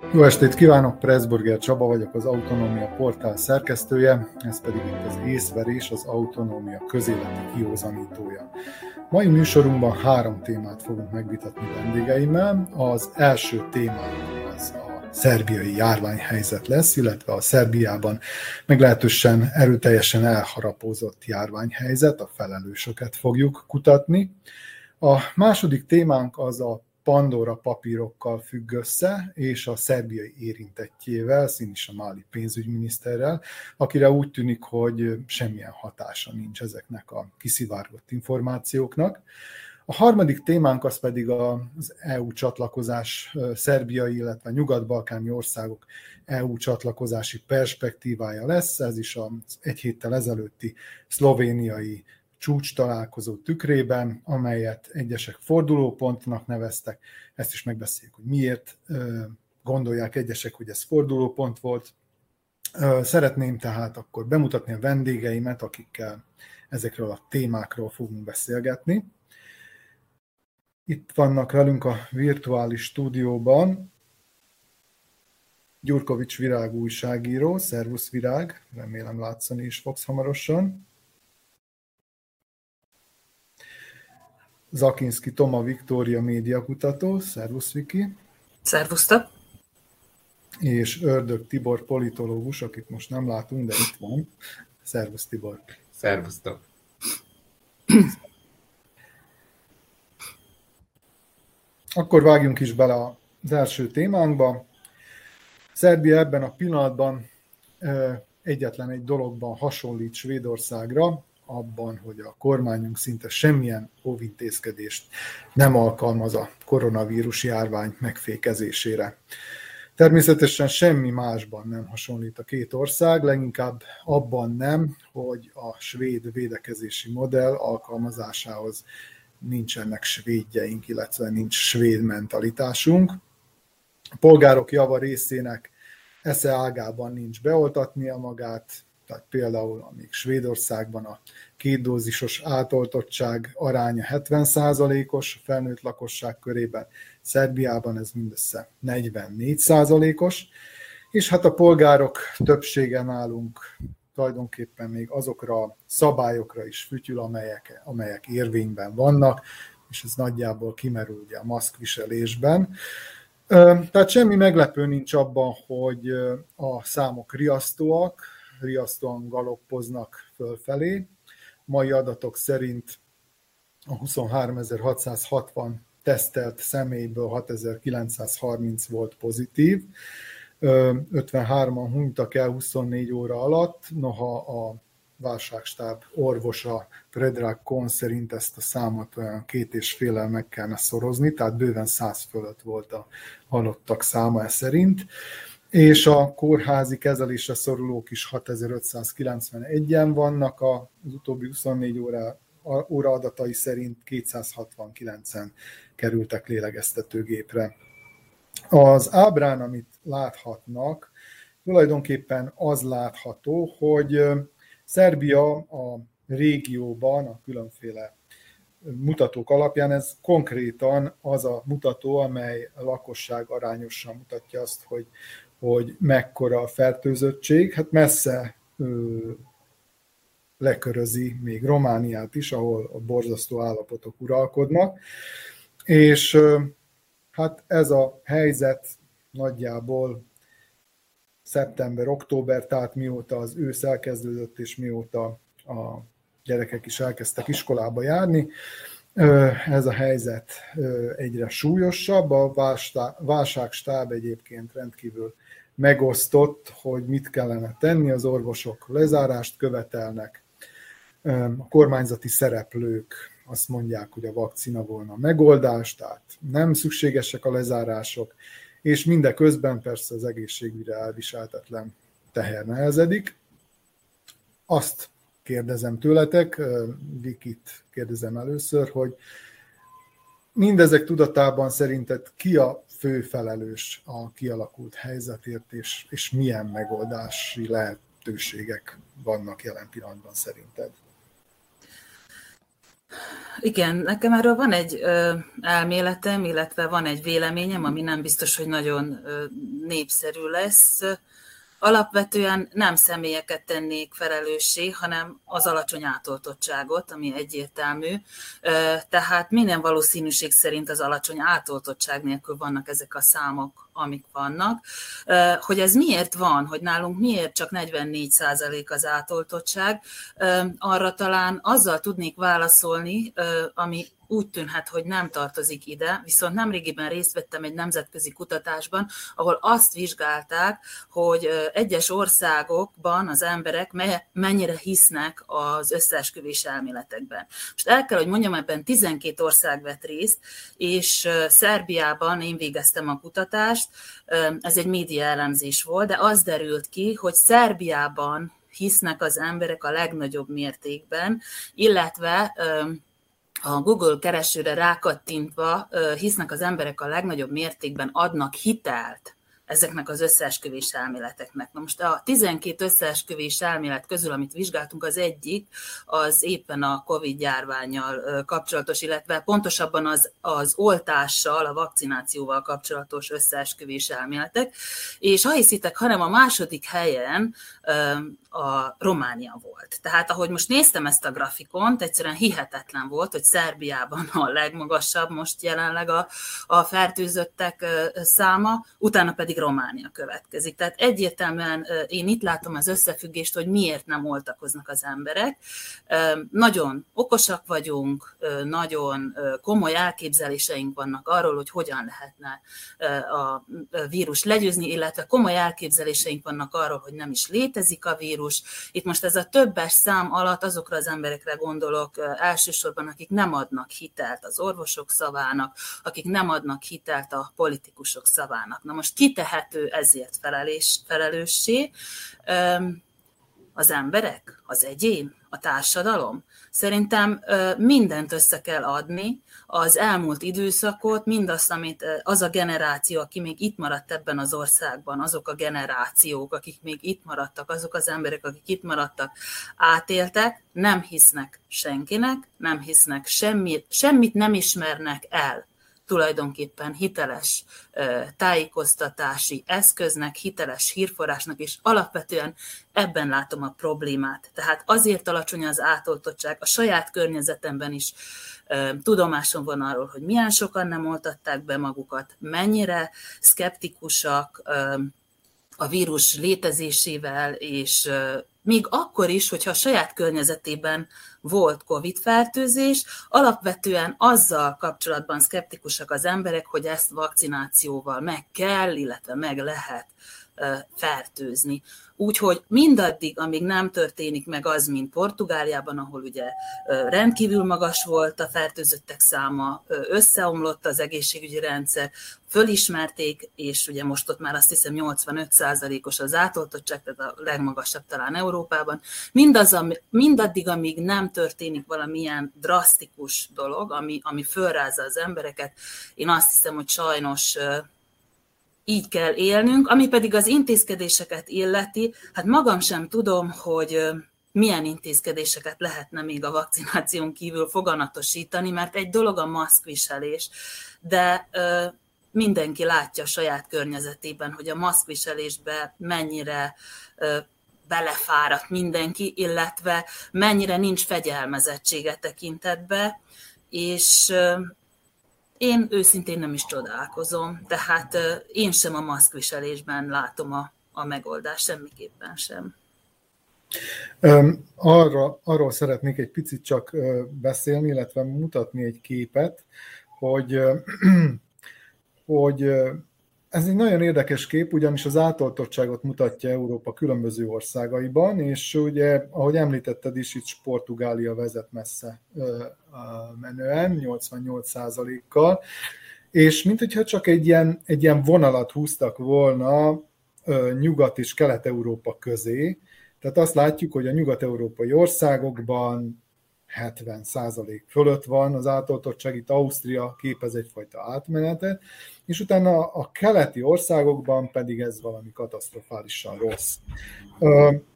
Jó estét kívánok, Pressburger Csaba vagyok, az Autonómia portál szerkesztője, ez pedig itt az Észverés, az Autonómia közéleti kiózanítója. Mai műsorunkban 3 témát fogunk megvitatni vendégeimmel. Az első témánk az a szerbiai járványhelyzet lesz, illetve a Szerbiában meglehetősen erőteljesen elharapózott járványhelyzet, a felelősöket fogjuk kutatni. A második témánk az a Pandora papírokkal függ össze, és a szerbiai érintettjével, Sinisa Mali pénzügyminiszterrel, akire úgy tűnik, hogy semmilyen hatása nincs ezeknek a kiszivárgott információknak. A harmadik témánk az pedig az EU csatlakozás szerbiai, illetve nyugat-balkáni országok EU csatlakozási perspektívája lesz. Ez is az egy héttel ezelőtti szlovéniai csúcs találkozó tükrében, amelyet egyesek fordulópontnak neveztek. Ezt is megbeszéljük, hogy miért gondolják egyesek, hogy ez fordulópont volt. Szeretném tehát akkor bemutatni a vendégeimet, akikkel ezekről a témákról fogunk beszélgetni. Itt vannak velünk a virtuális stúdióban Gyurkovics Virág újságíró. Szervusz Virág, remélem látszani is fogsz hamarosan. Zakinszki Toma Viktória médiakutató. Szervusz Viki. Szervusztok. És Ördög Tibor politológus, akit most nem látunk, de itt van. Szervusz Tibor. Szervusztok. Akkor vágjunk is bele az első témánkba. Szerbia ebben a pillanatban egyetlen egy dologban hasonlít Svédországra, abban, hogy a kormányunk szinte semmilyen óvintézkedést nem alkalmaz a koronavírus járvány megfékezésére. Természetesen semmi másban nem hasonlít a két ország, leginkább abban nem, hogy a svéd védekezési modell alkalmazásához nincsenek svédjeink, illetve nincs svéd mentalitásunk. A polgárok java részének esze ágában nincs beoltatnia magát, tehát például amíg Svédországban a 2 dózisos átoltottság aránya 70%-os, a felnőtt lakosság körében, Szerbiában ez mindössze 44%-os, és hát a polgárok többsége nálunk tulajdonképpen még azokra a szabályokra is fütyül, amelyek érvényben vannak, és ez nagyjából kimerül ugye a maszkviselésben. Tehát semmi meglepő nincs abban, hogy a számok riasztóan galoppoznak fölfelé. Mai adatok szerint a 23.660 tesztelt személyből 6.930 volt pozitív, 53-an hunytak el 24 óra alatt, noha a válságstáb orvosa Predrag Kon szerint ezt a számot olyan 2,5-el meg kellene szorozni, tehát bőven 100 fölött volt a halottak száma ez szerint, és a kórházi kezelésre szorulók is 6591-en vannak, az utóbbi 24 óra adatai szerint 269-en kerültek lélegeztetőgépre. Az ábrán, amit láthatnak, tulajdonképpen az látható, hogy Szerbia a régióban a különféle mutatók alapján ez konkrétan az a mutató, amely a lakosság arányosan mutatja azt, hogy mekkora a fertőzöttség. Hát messze lekörözi még Romániát is, ahol a borzasztó állapotok uralkodnak. És hát ez a helyzet nagyjából szeptember-október, tehát mióta az ősz elkezdődött, és mióta a gyerekek is elkezdtek iskolába járni, ez a helyzet egyre súlyosabb. A válságstáb egyébként rendkívül megosztott, hogy mit kellene tenni. Az orvosok lezárást követelnek, a kormányzati szereplők azt mondják, hogy a vakcina volna a megoldás, tehát nem szükségesek a lezárások, és mindeközben persze az egészségügyre elviselhetetlen teher nehezedik. Azt kérdezem tőletek, Vikit kérdezem először, hogy mindezek tudatában szerinted ki a fő felelős a kialakult helyzetért, és milyen megoldási lehetőségek vannak jelen pillanatban szerinted? Igen, nekem erről van egy elméletem, illetve van egy véleményem, ami nem biztos, hogy nagyon népszerű lesz. Alapvetően nem személyeket tennék felelőssé, hanem az alacsony átoltottságot, ami egyértelmű. Tehát minden valószínűség szerint az alacsony átoltottság nélkül vannak ezek a számok, amik vannak. Hogy ez miért van, hogy nálunk miért csak 44% az átoltottság, arra talán azzal tudnék válaszolni, ami úgy tűnhet, hogy nem tartozik ide, viszont nemrégiben részt vettem egy nemzetközi kutatásban, ahol azt vizsgálták, hogy egyes országokban az emberek mennyire hisznek az összeesküvés elméletekben. Most el kell, hogy mondjam, ebben 12 ország vett részt, és Szerbiában én végeztem a kutatást, ez egy média elemzés volt, de az derült ki, hogy Szerbiában hisznek az emberek a legnagyobb mértékben, illetve a Google keresőre rákattintva hisznek az emberek a legnagyobb mértékben, adnak hitelt ezeknek az összeesküvés elméleteknek. Na most a 12 összeesküvés elmélet közül, amit vizsgáltunk, az egyik, az éppen a Covid-járvánnyal kapcsolatos, illetve pontosabban az oltással, a vakcinációval kapcsolatos összeesküvés elméletek, és ha hiszitek, hanem a második helyen a Románia volt. Tehát ahogy most néztem ezt a grafikont, egyszerűen hihetetlen volt, hogy Szerbiában a legmagasabb most jelenleg a fertőzöttek száma, utána pedig Románia következik. Tehát egyértelműen én itt látom az összefüggést, hogy miért nem oltakoznak az emberek. Nagyon okosak vagyunk, nagyon komoly elképzeléseink vannak arról, hogy hogyan lehetne a vírus legyőzni, illetve komoly elképzeléseink vannak arról, hogy nem is létezik a vírus. Itt most ez a többes szám alatt azokra az emberekre gondolok elsősorban, akik nem adnak hitelt az orvosok szavának, akik nem adnak hitelt a politikusok szavának. Na most ki tehető ezért felelőssé? Az emberek, az egyén, a társadalom? Szerintem mindent össze kell adni, az elmúlt időszakot, mindazt, amit az a generáció, aki még itt maradt ebben az országban, azok a generációk, akik még itt maradtak, azok az emberek, akik itt maradtak, átéltek, nem hisznek senkinek, nem hisznek semmit nem ismernek el tulajdonképpen hiteles tájékoztatási eszköznek, hiteles hírforrásnak, és alapvetően ebben látom a problémát. Tehát azért alacsony az átoltottság, a saját környezetemben is tudomásom van arról, hogy milyen sokan nem oltatták be magukat, mennyire szkeptikusak a vírus létezésével, és még akkor is, hogyha a saját környezetében volt Covid-fertőzés, alapvetően azzal kapcsolatban szkeptikusak az emberek, hogy ezt vakcinációval meg kell, illetve meg lehet fertőzni. Úgyhogy mindaddig, amíg nem történik meg az, mint Portugáliában, ahol ugye rendkívül magas volt a fertőzöttek száma, összeomlott az egészségügyi rendszer, fölismerték, és ugye most ott már azt hiszem 85%-os az átoltottság, tehát a legmagasabb talán Európában. Mindaddig, amíg nem történik valamilyen drasztikus dolog, ami fölrázza az embereket, én azt hiszem, hogy sajnos így kell élnünk, ami pedig az intézkedéseket illeti, hát magam sem tudom, hogy milyen intézkedéseket lehetne még a vakcináción kívül foganatosítani, mert egy dolog a maszkviselés, de mindenki látja a saját környezetében, hogy a maszkviselésbe mennyire belefáradt mindenki, illetve mennyire nincs fegyelmezettsége tekintetbe, és én őszintén nem is csodálkozom, tehát én sem a maszkviselésben látom a megoldást, semmiképpen sem. Arról szeretnék egy picit csak beszélni, illetve mutatni egy képet, hogy ez egy nagyon érdekes kép, ugyanis az átoltottságot mutatja Európa különböző országaiban, és ugye, ahogy említetted is, itt Portugália vezet messze menően, 88%-kal, és minthogyha csak egy ilyen vonalat húztak volna Nyugat- és Kelet-Európa közé, tehát azt látjuk, hogy a nyugat-európai országokban 70% fölött van az átoltottság, itt Ausztria képez egyfajta átmenetet, és utána a keleti országokban pedig ez valami katasztrofálisan rossz.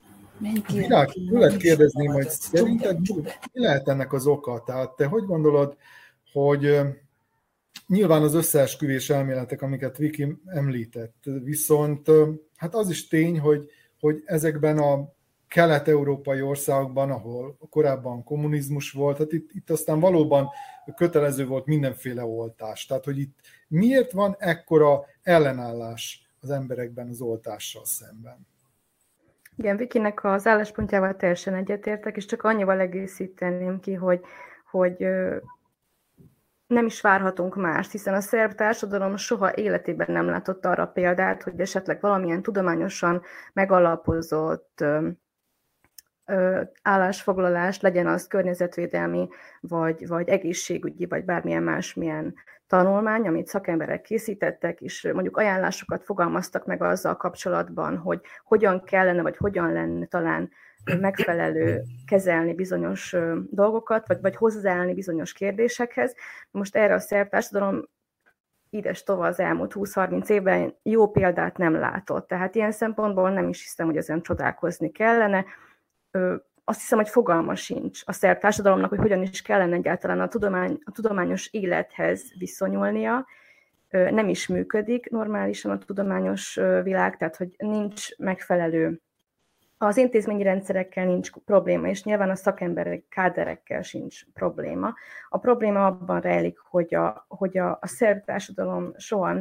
Tőled kérdezném, hogy szerinted mi lehet ennek az oka? Tehát te hogy gondolod, hogy nyilván az összeesküvés elméletek, amiket Viki említett, viszont hát az is tény, hogy ezekben a kelet-európai országokban, ahol korábban kommunizmus volt, hát itt aztán valóban kötelező volt mindenféle oltás. Tehát, hogy itt miért van ekkora ellenállás az emberekben az oltással szemben? Igen, Vikinek az álláspontjával teljesen egyetértek, és csak annyival egészíteném ki, hogy nem is várhatunk mást, hiszen a szerb társadalom soha életében nem látott arra példát, hogy esetleg valamilyen tudományosan megalapozott állásfoglalás, legyen az környezetvédelmi, vagy egészségügyi, vagy bármilyen másmilyen tanulmány, amit szakemberek készítettek, és mondjuk ajánlásokat fogalmaztak meg azzal kapcsolatban, hogy hogyan kellene, vagy hogyan lenne talán megfelelő kezelni bizonyos dolgokat, vagy hozzáállni bizonyos kérdésekhez. Most erre a szerb társadalom ides tova az elmúlt 20-30 évben jó példát nem látott. Tehát ilyen szempontból nem is hiszem, hogy ezen csodálkozni kellene. Azt hiszem, hogy fogalma sincs a szerb társadalomnak, hogy hogyan is kellene egyáltalán a tudományos élethez viszonyulnia. Nem is működik normálisan a tudományos világ, tehát hogy nincs megfelelő. Az intézményi rendszerekkel nincs probléma, és nyilván a szakemberek, káderekkel sincs probléma. A probléma abban rejlik, hogy a szerb társadalom soha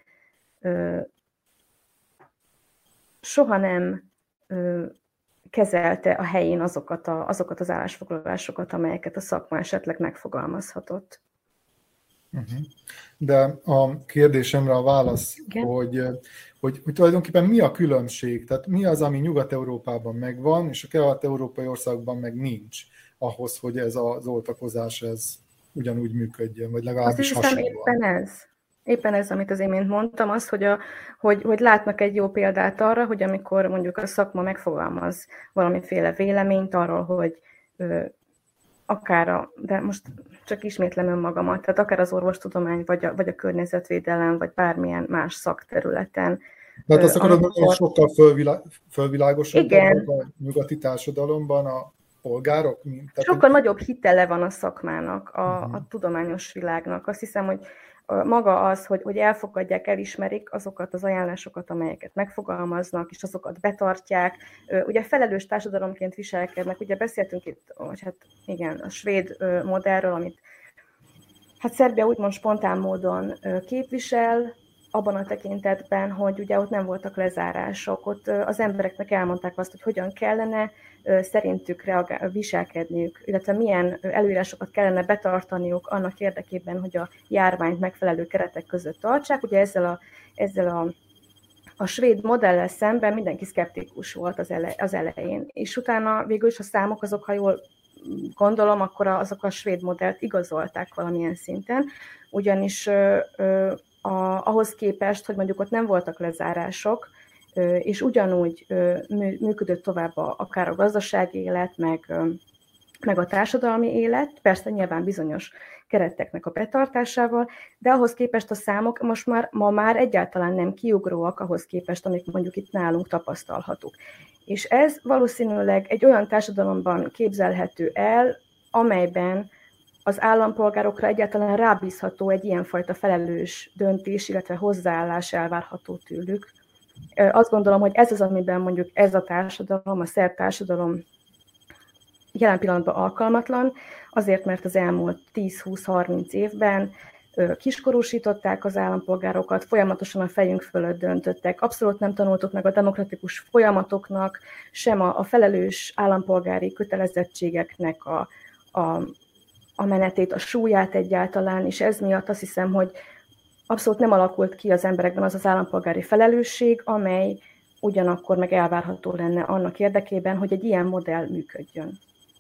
nem kezelte a helyén azokat az állásfoglalásokat, amelyeket a szakma esetleg megfogalmazhatott. De a kérdésemre a válasz, hogy tulajdonképpen mi a különbség? Tehát mi az, ami Nyugat-Európában megvan, és a kelet-európai országokban meg nincs ahhoz, hogy ez az oltakozás ez ugyanúgy működjön, vagy legalábbis hasonlóan? Éppen ez, amit az imént mondtam, az, hogy látnak egy jó példát arra, hogy amikor mondjuk a szakma megfogalmaz valamiféle véleményt arról, hogy de most csak ismétlem önmagamat, tehát akár az orvostudomány, vagy a környezetvédelem, vagy bármilyen más szakterületen. Tehát azt akarod mondani, hogy sokkal fölvilágosodabbak a nyugati társadalomban a polgárok? Sokkal nagyobb hitele van a szakmának, a tudományos világnak. Azt hiszem, hogy maga az, hogy elfogadják, elismerik azokat az ajánlásokat, amelyeket megfogalmaznak, és azokat betartják. Ugye felelős társadalomként viselkednek. Ugye beszéltünk itt, a svéd modellről, amit Szerbia úgymond spontán módon képvisel, abban a tekintetben, hogy ugye ott nem voltak lezárások, ott az embereknek elmondták azt, hogy hogyan kellene szerintük viselkedniük, illetve milyen előírásokat kellene betartaniuk annak érdekében, hogy a járványt megfelelő keretek között tartsák. Ugye ezzel a svéd modellel szemben mindenki szkeptikus volt az elején, és utána végül is a számok azok, ha jól gondolom, akkor azok a svéd modellt igazolták valamilyen szinten, ugyanis ahhoz képest, hogy mondjuk ott nem voltak lezárások, és ugyanúgy működött tovább akár a gazdasági élet, meg a társadalmi élet, persze nyilván bizonyos kereteknek a betartásával, de ahhoz képest a számok ma már egyáltalán nem kiugróak ahhoz képest, amik mondjuk itt nálunk tapasztalhatók. És ez valószínűleg egy olyan társadalomban képzelhető el, amelyben az állampolgárokra egyáltalán rábízható egy ilyenfajta felelős döntés, illetve hozzáállás elvárható tőlük. Azt gondolom, hogy ez az, amiben mondjuk ez a társadalom, a szerb társadalom jelen pillanatban alkalmatlan, azért, mert az elmúlt 10-20-30 évben kiskorúsították az állampolgárokat, folyamatosan a fejünk fölött döntöttek, abszolút nem tanultuk meg a demokratikus folyamatoknak, sem a felelős állampolgári kötelezettségeknek a menetét, a súlyát egyáltalán, és ez miatt azt hiszem, hogy abszolút nem alakult ki az emberekben az az állampolgári felelősség, amely ugyanakkor meg elvárható lenne annak érdekében, hogy egy ilyen modell működjön.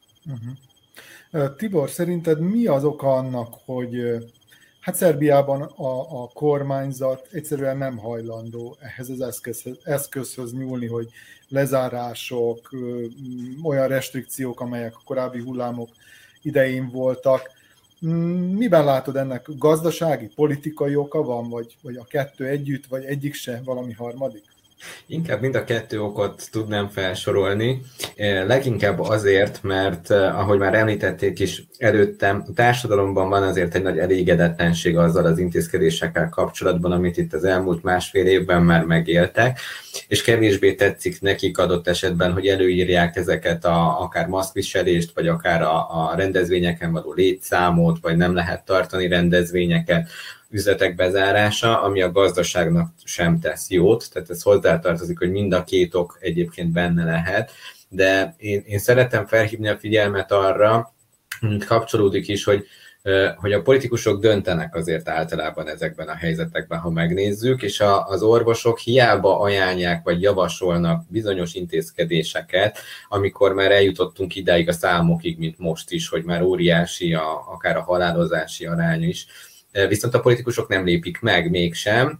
Tibor, szerinted mi az oka annak, hogy Szerbiában a kormányzat egyszerűen nem hajlandó ehhez az eszközhöz nyúlni, hogy lezárások, olyan restrikciók, amelyek a korábbi hullámok idején voltak. Miben látod ennek gazdasági, politikai oka van, vagy a kettő együtt, vagy egyik se, valami harmadik? Inkább mind a kettő okot tudnám felsorolni, leginkább azért, mert ahogy már említették is előttem, a társadalomban van azért egy nagy elégedetlenség azzal az intézkedésekkel kapcsolatban, amit itt az elmúlt másfél évben már megéltek, és kevésbé tetszik nekik adott esetben, hogy előírják ezeket akár maszkviselést, vagy akár a rendezvényeken való létszámot, vagy nem lehet tartani rendezvényeket, üzletek bezárása, ami a gazdaságnak sem tesz jót, tehát ez hozzátartozik, hogy mind a két ok egyébként benne lehet, de én szeretem felhívni a figyelmet arra, mint kapcsolódik is, hogy a politikusok döntenek azért általában ezekben a helyzetekben, ha megnézzük, és az orvosok hiába ajánlják vagy javasolnak bizonyos intézkedéseket, amikor már eljutottunk idáig a számokig, mint most is, hogy már óriási akár a halálozási arány is, viszont a politikusok nem lépik meg mégsem,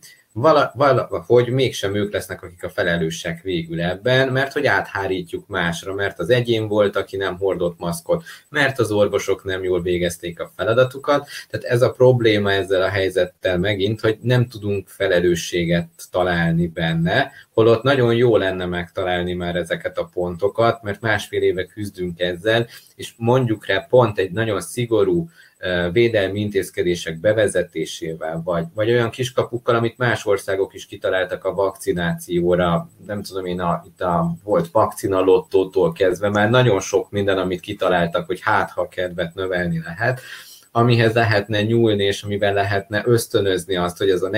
valahogy mégsem ők lesznek, akik a felelősek végül ebben, mert hogy áthárítjuk másra, mert az egyén volt, aki nem hordott maszkot, mert az orvosok nem jól végezték a feladatukat. Tehát ez a probléma ezzel a helyzettel megint, hogy nem tudunk felelősséget találni benne, holott nagyon jó lenne megtalálni már ezeket a pontokat, mert másfél éve küzdünk ezzel, és mondjuk rá pont egy nagyon szigorú védelmi intézkedések bevezetésével, vagy olyan kiskapukkal, amit más országok is kitaláltak a vakcinációra, nem tudom én, volt vakcinalottótól kezdve, már nagyon sok minden, amit kitaláltak, hogy ha kedvet növelni lehet, amihez lehetne nyúlni, és amiben lehetne ösztönözni azt, hogy ez a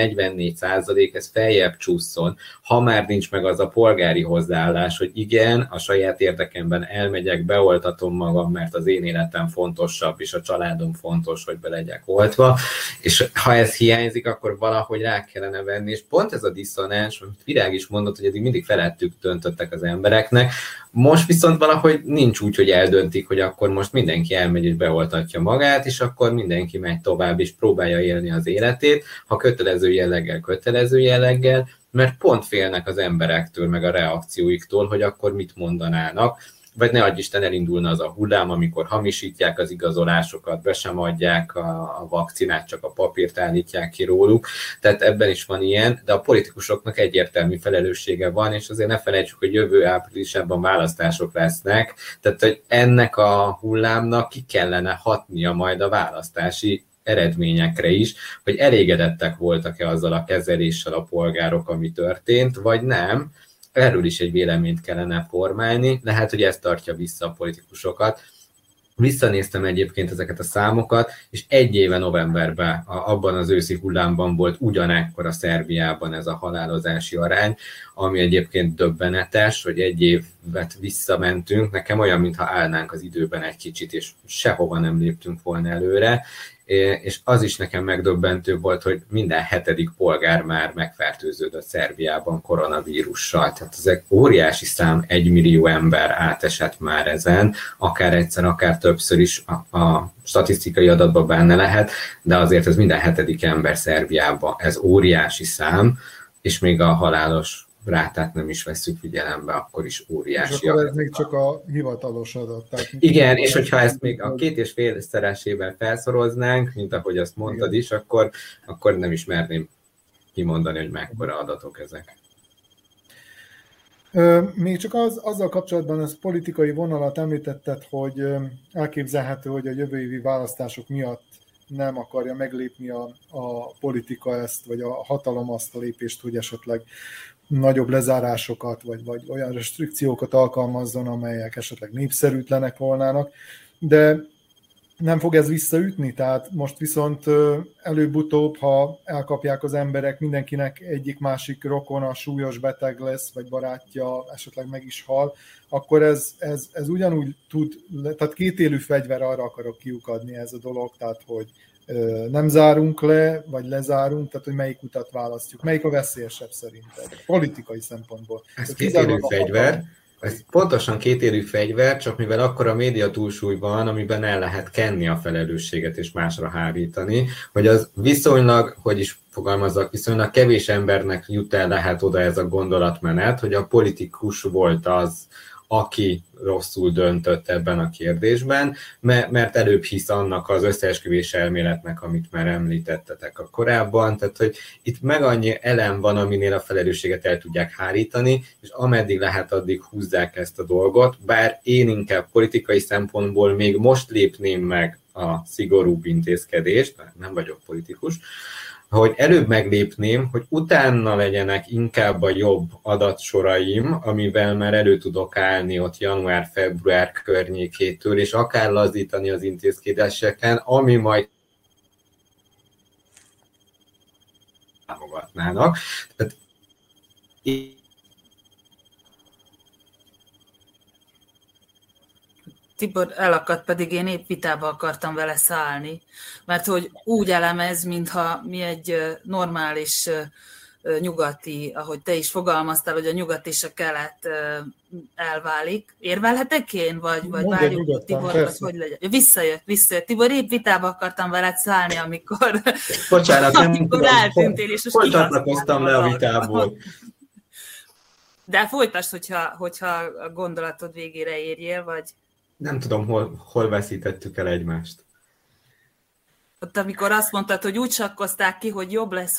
44% ez feljebb csúszson, ha már nincs meg az a polgári hozzáállás, hogy igen, a saját érdekemben elmegyek, beoltatom magam, mert az én életem fontosabb, és a családom fontos, hogy be legyek oltva, és ha ez hiányzik, akkor valahogy rá kellene venni, és pont ez a diszonás, amit Virág is mondott, hogy eddig mindig felettük döntöttek az embereknek, most viszont valahogy nincs úgy, hogy eldöntik, hogy akkor most mindenki elmegy és beoltatja magát, és akkor mindenki megy tovább és próbálja élni az életét, ha kötelező jelleggel, mert pont félnek az emberektől, meg a reakcióiktól, hogy akkor mit mondanának, vagy ne adj Isten elindulna az a hullám, amikor hamisítják az igazolásokat, be sem adják a vakcinát, csak a papírt állítják ki róluk. Tehát ebben is van ilyen, de a politikusoknak egyértelmű felelőssége van, és azért ne felejtsük, hogy jövő áprilisában választások lesznek, tehát hogy ennek a hullámnak ki kellene hatnia majd a választási eredményekre is, hogy elégedettek voltak-e azzal a kezeléssel a polgárok, ami történt, vagy nem. Erről is egy véleményt kellene formálni, lehet, hogy ez tartja vissza a politikusokat. Visszanéztem egyébként ezeket a számokat, és egy éve novemberben, abban az őszi hullámban volt ugyanekkor a Szerbiában ez a halálozási arány, ami egyébként döbbenetes, hogy egy évet visszamentünk, nekem olyan, mintha állnánk az időben egy kicsit, és sehova nem léptünk volna előre, és az is nekem megdöbbentő volt, hogy minden 7. polgár már megfertőződött Szerbiában koronavírussal. Tehát ez egy óriási szám, 1 millió ember átesett már ezen, akár egyszer, akár többször is a statisztikai adatban benne lehet, de azért ez minden 7. ember Szerbiában, ez óriási szám, és még a halálos rátát nem is vesszük figyelembe, akkor is óriási. És akkor ez még csak a hivatalos adat. Tehát igen, és hogyha ezt még a 2,5-szeresével felszoroznánk, mint ahogy azt mondtad is, akkor nem is merném kimondani, hogy mekkora adatok ezek. Még csak azzal kapcsolatban az politikai vonalat említetted, hogy elképzelhető, hogy a jövő évi választások miatt nem akarja meglépni a politika ezt, vagy a hatalom azt a lépést, hogy esetleg nagyobb lezárásokat, vagy olyan restrikciókat alkalmazzon, amelyek esetleg népszerűtlenek volnának, de nem fog ez visszaütni, tehát most viszont előbb-utóbb, ha elkapják az emberek, mindenkinek egyik-másik rokona súlyos beteg lesz, vagy barátja esetleg meg is hal, akkor ez ugyanúgy tud, tehát kétélű fegyver, arra akarok kiukadni ez a dolog, tehát hogy nem zárunk le, vagy lezárunk, tehát hogy melyik utat választjuk, melyik a veszélyesebb szerinted, politikai szempontból. Ez kétélű fegyver, ez pontosan kétélű fegyver, csak mivel akkor a média túlsúly van, amiben el lehet kenni a felelősséget és másra hárítani, hogy az viszonylag, hogy is fogalmazzak, viszonylag kevés embernek jut el lehet oda ez a gondolatmenet, hogy a politikus volt az, aki rosszul döntött ebben a kérdésben, mert előbb hisz annak az összeesküvés elméletnek, amit már említettetek a korábban, tehát hogy itt meg annyi elem van, aminél a felelősséget el tudják hárítani, és ameddig lehet, addig húzzák ezt a dolgot, bár én inkább politikai szempontból még most lépném meg a szigorúbb intézkedést, mert nem vagyok politikus, hogy előbb meglépném, hogy utána legyenek inkább a jobb adatsoraim, amivel már elő tudok állni ott január-február környékétől, és akár lazítani az intézkedéseken, ami majd támogatnának. Tehát Tibor elakadt, pedig én épp vitába akartam vele szállni, mert hogy úgy elemez, mintha mi egy normális nyugati, ahogy te is fogalmaztál, hogy a nyugat és a kelet elválik. Érvelhetek én, vagy várjuk Tiborot, hogy legyen? Visszajött. Tibor, épp vitába akartam veled szállni, amikor eltűntél, és hol csatlakoztam le a vitából? De folytasd, hogyha a gondolatod végére érjél, vagy... Nem tudom, hol veszítettük el egymást. Ott, amikor azt mondtad, hogy úgy sakkozták ki, hogy jobb lesz,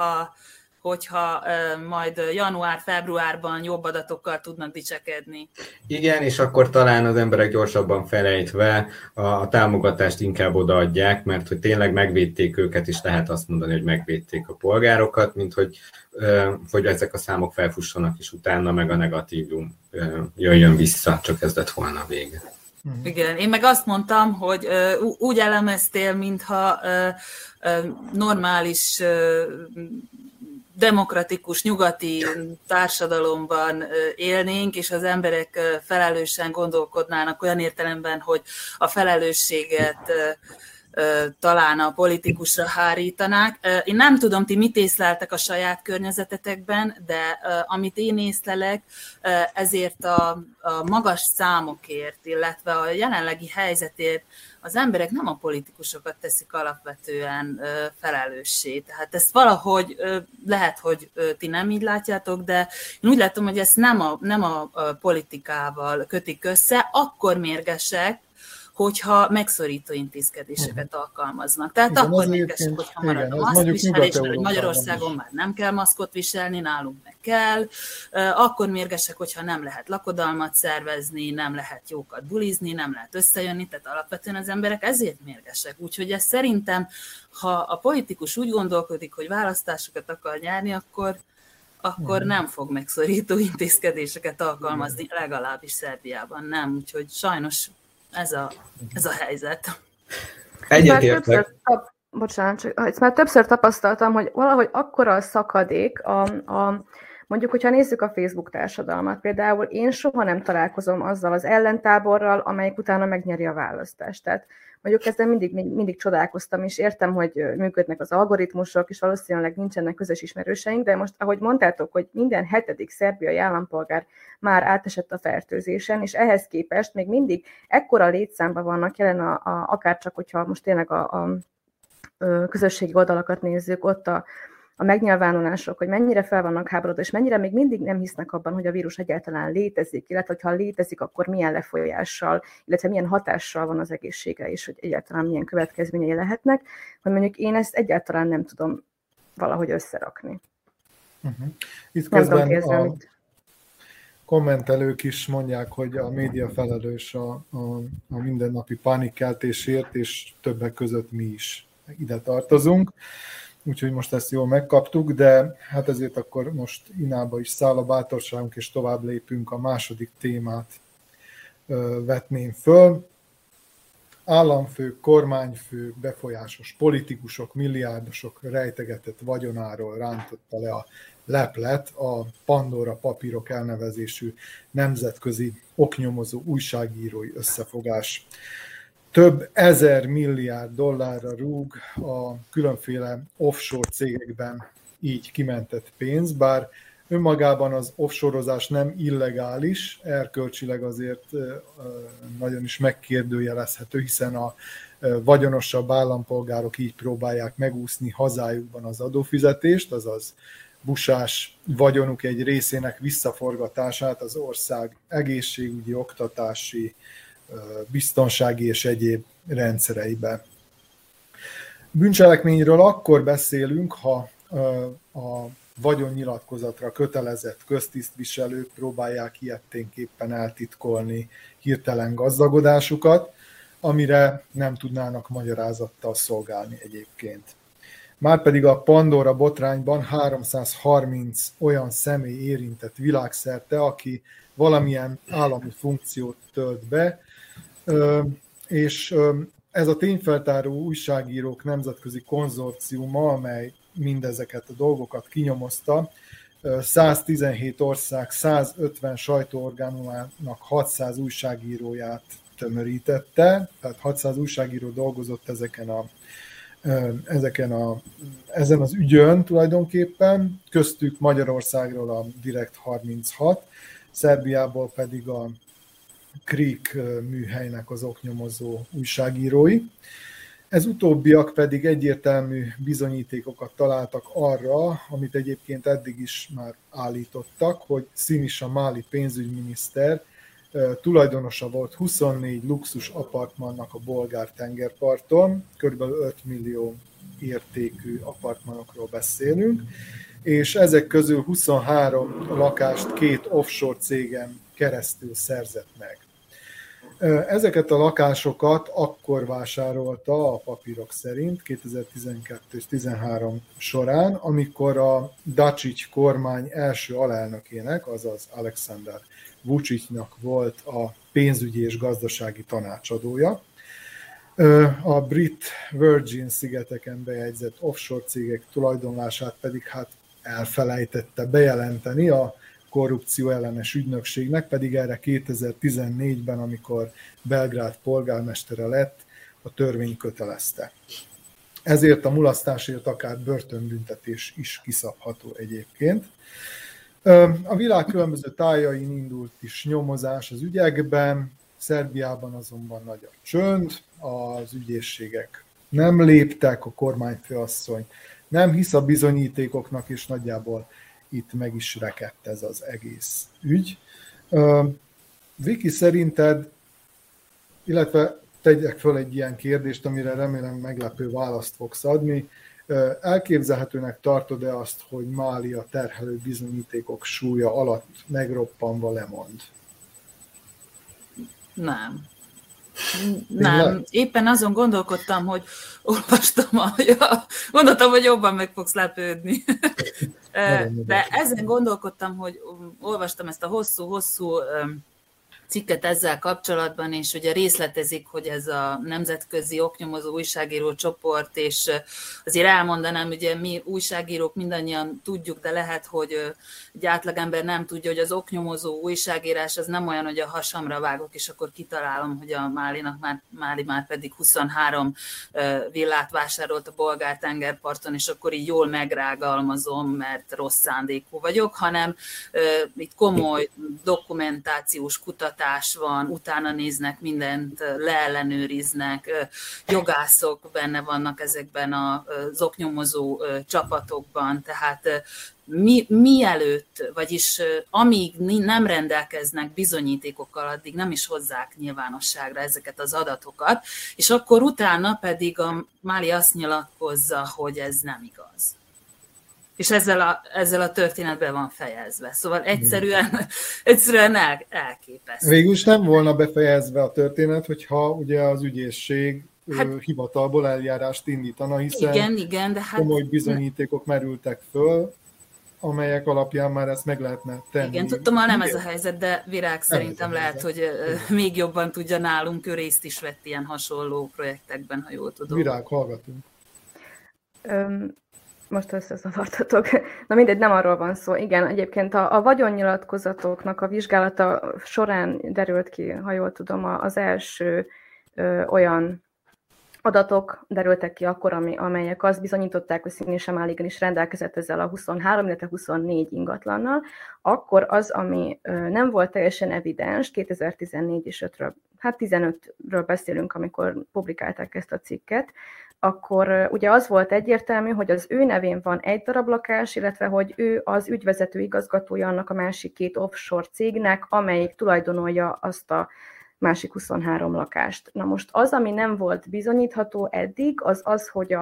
hogyha majd január-februárban jobb adatokkal tudnak dicsekedni. Igen, és akkor talán az emberek gyorsabban felejtve a támogatást inkább odaadják, mert hogy tényleg megvédték őket, és lehet azt mondani, hogy megvédték a polgárokat, mint hogy ezek a számok felfussanak, és utána meg a negatívum jöjjön vissza, csak ez lett volna a vége. Igen, én meg azt mondtam, hogy úgy elemeztél, mintha normális, demokratikus, nyugati társadalomban élnénk, és az emberek felelősen gondolkodnának olyan értelemben, hogy a felelősséget talán a politikusra hárítanák. Én nem tudom, ti mit észleltek a saját környezetetekben, de amit én észlelek, ezért a magas számokért, illetve a jelenlegi helyzetért az emberek nem a politikusokat teszik alapvetően felelőssé. Tehát ezt valahogy lehet, hogy ti nem így látjátok, de én úgy látom, hogy ezt nem a politikával kötik össze, akkor mérgesek, hogyha megszorító intézkedéseket alkalmaznak. Tehát igen, akkor mérgesek, hogyha marad a maszkviselés, mert Magyarországon már nem kell maszkot viselni, nálunk meg kell. Akkor mérgesek, hogyha nem lehet lakodalmat szervezni, nem lehet jókat bulizni, nem lehet összejönni, tehát alapvetően az emberek ezért mérgesek. Úgyhogy ez szerintem, ha a politikus úgy gondolkodik, hogy választásokat akar nyerni, akkor nem fog megszorító intézkedéseket alkalmazni, legalábbis Szerbiában nem. Úgyhogy sajnos ez a helyzet. Egyetértek. Ezt már többször tapasztaltam, hogy valahogy akkora a szakadék, mondjuk, hogyha nézzük a Facebook társadalmat, például én soha nem találkozom azzal az ellentáborral, amelyik utána megnyeri a választást. Tehát mondjuk ezzel mindig csodálkoztam, és értem, hogy működnek az algoritmusok, és valószínűleg nincsenek közös ismerőseink, de most, ahogy mondtátok, hogy minden 7. szerbiai állampolgár már átesett a fertőzésen, és ehhez képest még mindig ekkora létszámban vannak jelen, akárcsak, hogyha most tényleg a közösségi oldalakat nézzük, ott a megnyilvánulások, hogy mennyire fel vannak háborodva, és mennyire még mindig nem hisznek abban, hogy a vírus egyáltalán létezik, illetve ha létezik, akkor milyen lefolyással, illetve milyen hatással van az egészségre, és hogy egyáltalán milyen következményei lehetnek, hogy mondjuk én ezt egyáltalán nem tudom valahogy összerakni. Itt közben a kommentelők is mondják, hogy a média felelős a mindennapi pánikkeltésért, és többek között mi is ide tartozunk. Úgyhogy most ezt jól megkaptuk, de hát ezért akkor most inába is száll a bátorságunk, és tovább lépünk, a második témát vetném föl. Államfők, kormányfők, befolyásos politikusok, milliárdosok rejtegetett vagyonáról rántotta le a leplet a Pandora papírok elnevezésű nemzetközi oknyomozó újságírói összefogás. Több ezer milliárd dollárra rúg a különféle offshore cégekben így kimentett pénz, bár önmagában az offshorozás nem illegális, erkölcsileg azért nagyon is megkérdőjelezhető, hiszen a vagyonosabb állampolgárok így próbálják megúszni hazájukban az adófizetést, azaz busás vagyonuk egy részének visszaforgatását az ország egészségügyi, oktatási, biztonsági és egyéb rendszereibe. Bűncselekményről akkor beszélünk, ha a vagyonnyilatkozatra kötelezett köztisztviselők próbálják ilyetténképpen eltitkolni hirtelen gazdagodásukat, amire nem tudnának magyarázattal szolgálni egyébként. Márpedig a Pandora botrányban 330 olyan személy érintett világszerte, aki valamilyen állami funkciót tölt be, és ez a tényfeltáró újságírók nemzetközi konzorciuma, amely mindezeket a dolgokat kinyomozta, 117 ország 150 sajtóorgánumának 600 újságíróját tömörítette, tehát 600 újságíró dolgozott ezen az ügyön tulajdonképpen, köztük Magyarországról a Direkt 36, Szerbiából pedig a Creek műhelynek az oknyomozó újságírói. Ez utóbbiak pedig egyértelmű bizonyítékokat találtak arra, amit egyébként eddig is már állítottak, hogy Sinisa Mali pénzügyminiszter tulajdonosa volt 24 luxus apartmannak a bolgár tengerparton, kb. 5 millió értékű apartmanokról beszélünk, és ezek közül 23 lakást 2 offshore cégen keresztül szerzett meg. Ezeket a lakásokat akkor vásárolta a papírok szerint 2012 és 2013 során, amikor a Dačić kormány első alelnökének, azaz Alexander Vučićnak volt a pénzügyi és gazdasági tanácsadója. A brit Virgin szigeteken bejegyzett offshore cégek tulajdonlását pedig elfelejtette bejelenteni a korrupció ellenes ügynökségnek, pedig erre 2014-ben, amikor Belgrád polgármestere lett, a törvény kötelezte. Ezért a mulasztásért akár börtönbüntetés is kiszabható egyébként. A világ különböző tájain indult is nyomozás az ügyekben, Szerbiában azonban nagy a csönd, az ügyészségek nem léptek, a kormányfőasszony nem hisz a bizonyítékoknak, és nagyjából itt meg is rekedt ez az egész ügy. Viki, szerinted, illetve tegyek föl egy ilyen kérdést, amire remélem meglepő választ fogsz adni, elképzelhetőnek tartod-e azt, hogy Máli a terhelő bizonyítékok súlya alatt megroppanva lemond? Nem. Éppen azon gondolkodtam, hogy gondoltam, hogy jobban meg fogsz lepődni. De ezen gondolkodtam, hogy olvastam ezt a hosszú cikket ezzel kapcsolatban, és ugye részletezik, hogy ez a nemzetközi oknyomozó újságíró csoport, és azért elmondanám, ugye mi újságírók mindannyian tudjuk, de lehet, hogy egy átlagember nem tudja, hogy az oknyomozó újságírás az nem olyan, hogy a hasamra vágok, és akkor kitalálom, hogy a Máli már pedig 23 villát vásárolt a bolgár tengerparton, és akkor így jól megrágalmazom, mert rossz szándékú vagyok, hanem itt komoly dokumentációs kutatás van, utána néznek mindent, leellenőriznek, jogászok benne vannak ezekben az oknyomozó csapatokban, tehát mielőtt, vagyis amíg nem rendelkeznek bizonyítékokkal, addig nem is hozzák nyilvánosságra ezeket az adatokat, és akkor utána pedig a Máli azt nyilatkozza, hogy ez nem igaz. És ezzel a történetben van fejezve. Szóval egyszerűen elképesztő. Végülis nem volna befejezve a történet, hogyha ugye az ügyészség hivatalból eljárást indítana, hiszen igen, de komoly bizonyítékok merültek föl, amelyek alapján már ezt meg lehetne tenni. Igen, tudtam, nem ez a helyzet, de Virág szerintem lehet, hogy még jobban tudja nálunk, ő részt is vett ilyen hasonló projektekben, ha jól tudom. Virág, hallgatunk. Most összezavartatok. Na mindegy, nem arról van szó. Igen, egyébként a vagyonnyilatkozatoknak a vizsgálata során derült ki, ha jól tudom, az első olyan adatok derültek ki akkor, amelyek azt bizonyították, hogy Sinisa Mali igenis rendelkezett ezzel a 23, illetve 24 ingatlannal. Akkor az, ami nem volt teljesen evidens, 2014 és 15-ről beszélünk, amikor publikálták ezt a cikket, akkor ugye az volt egyértelmű, hogy az ő nevén van egy darab lakás, illetve hogy ő az ügyvezető igazgatója annak a másik 2 offshore cégnek, amelyik tulajdonolja azt a másik 23 lakást. Na most az, ami nem volt bizonyítható eddig, az, hogy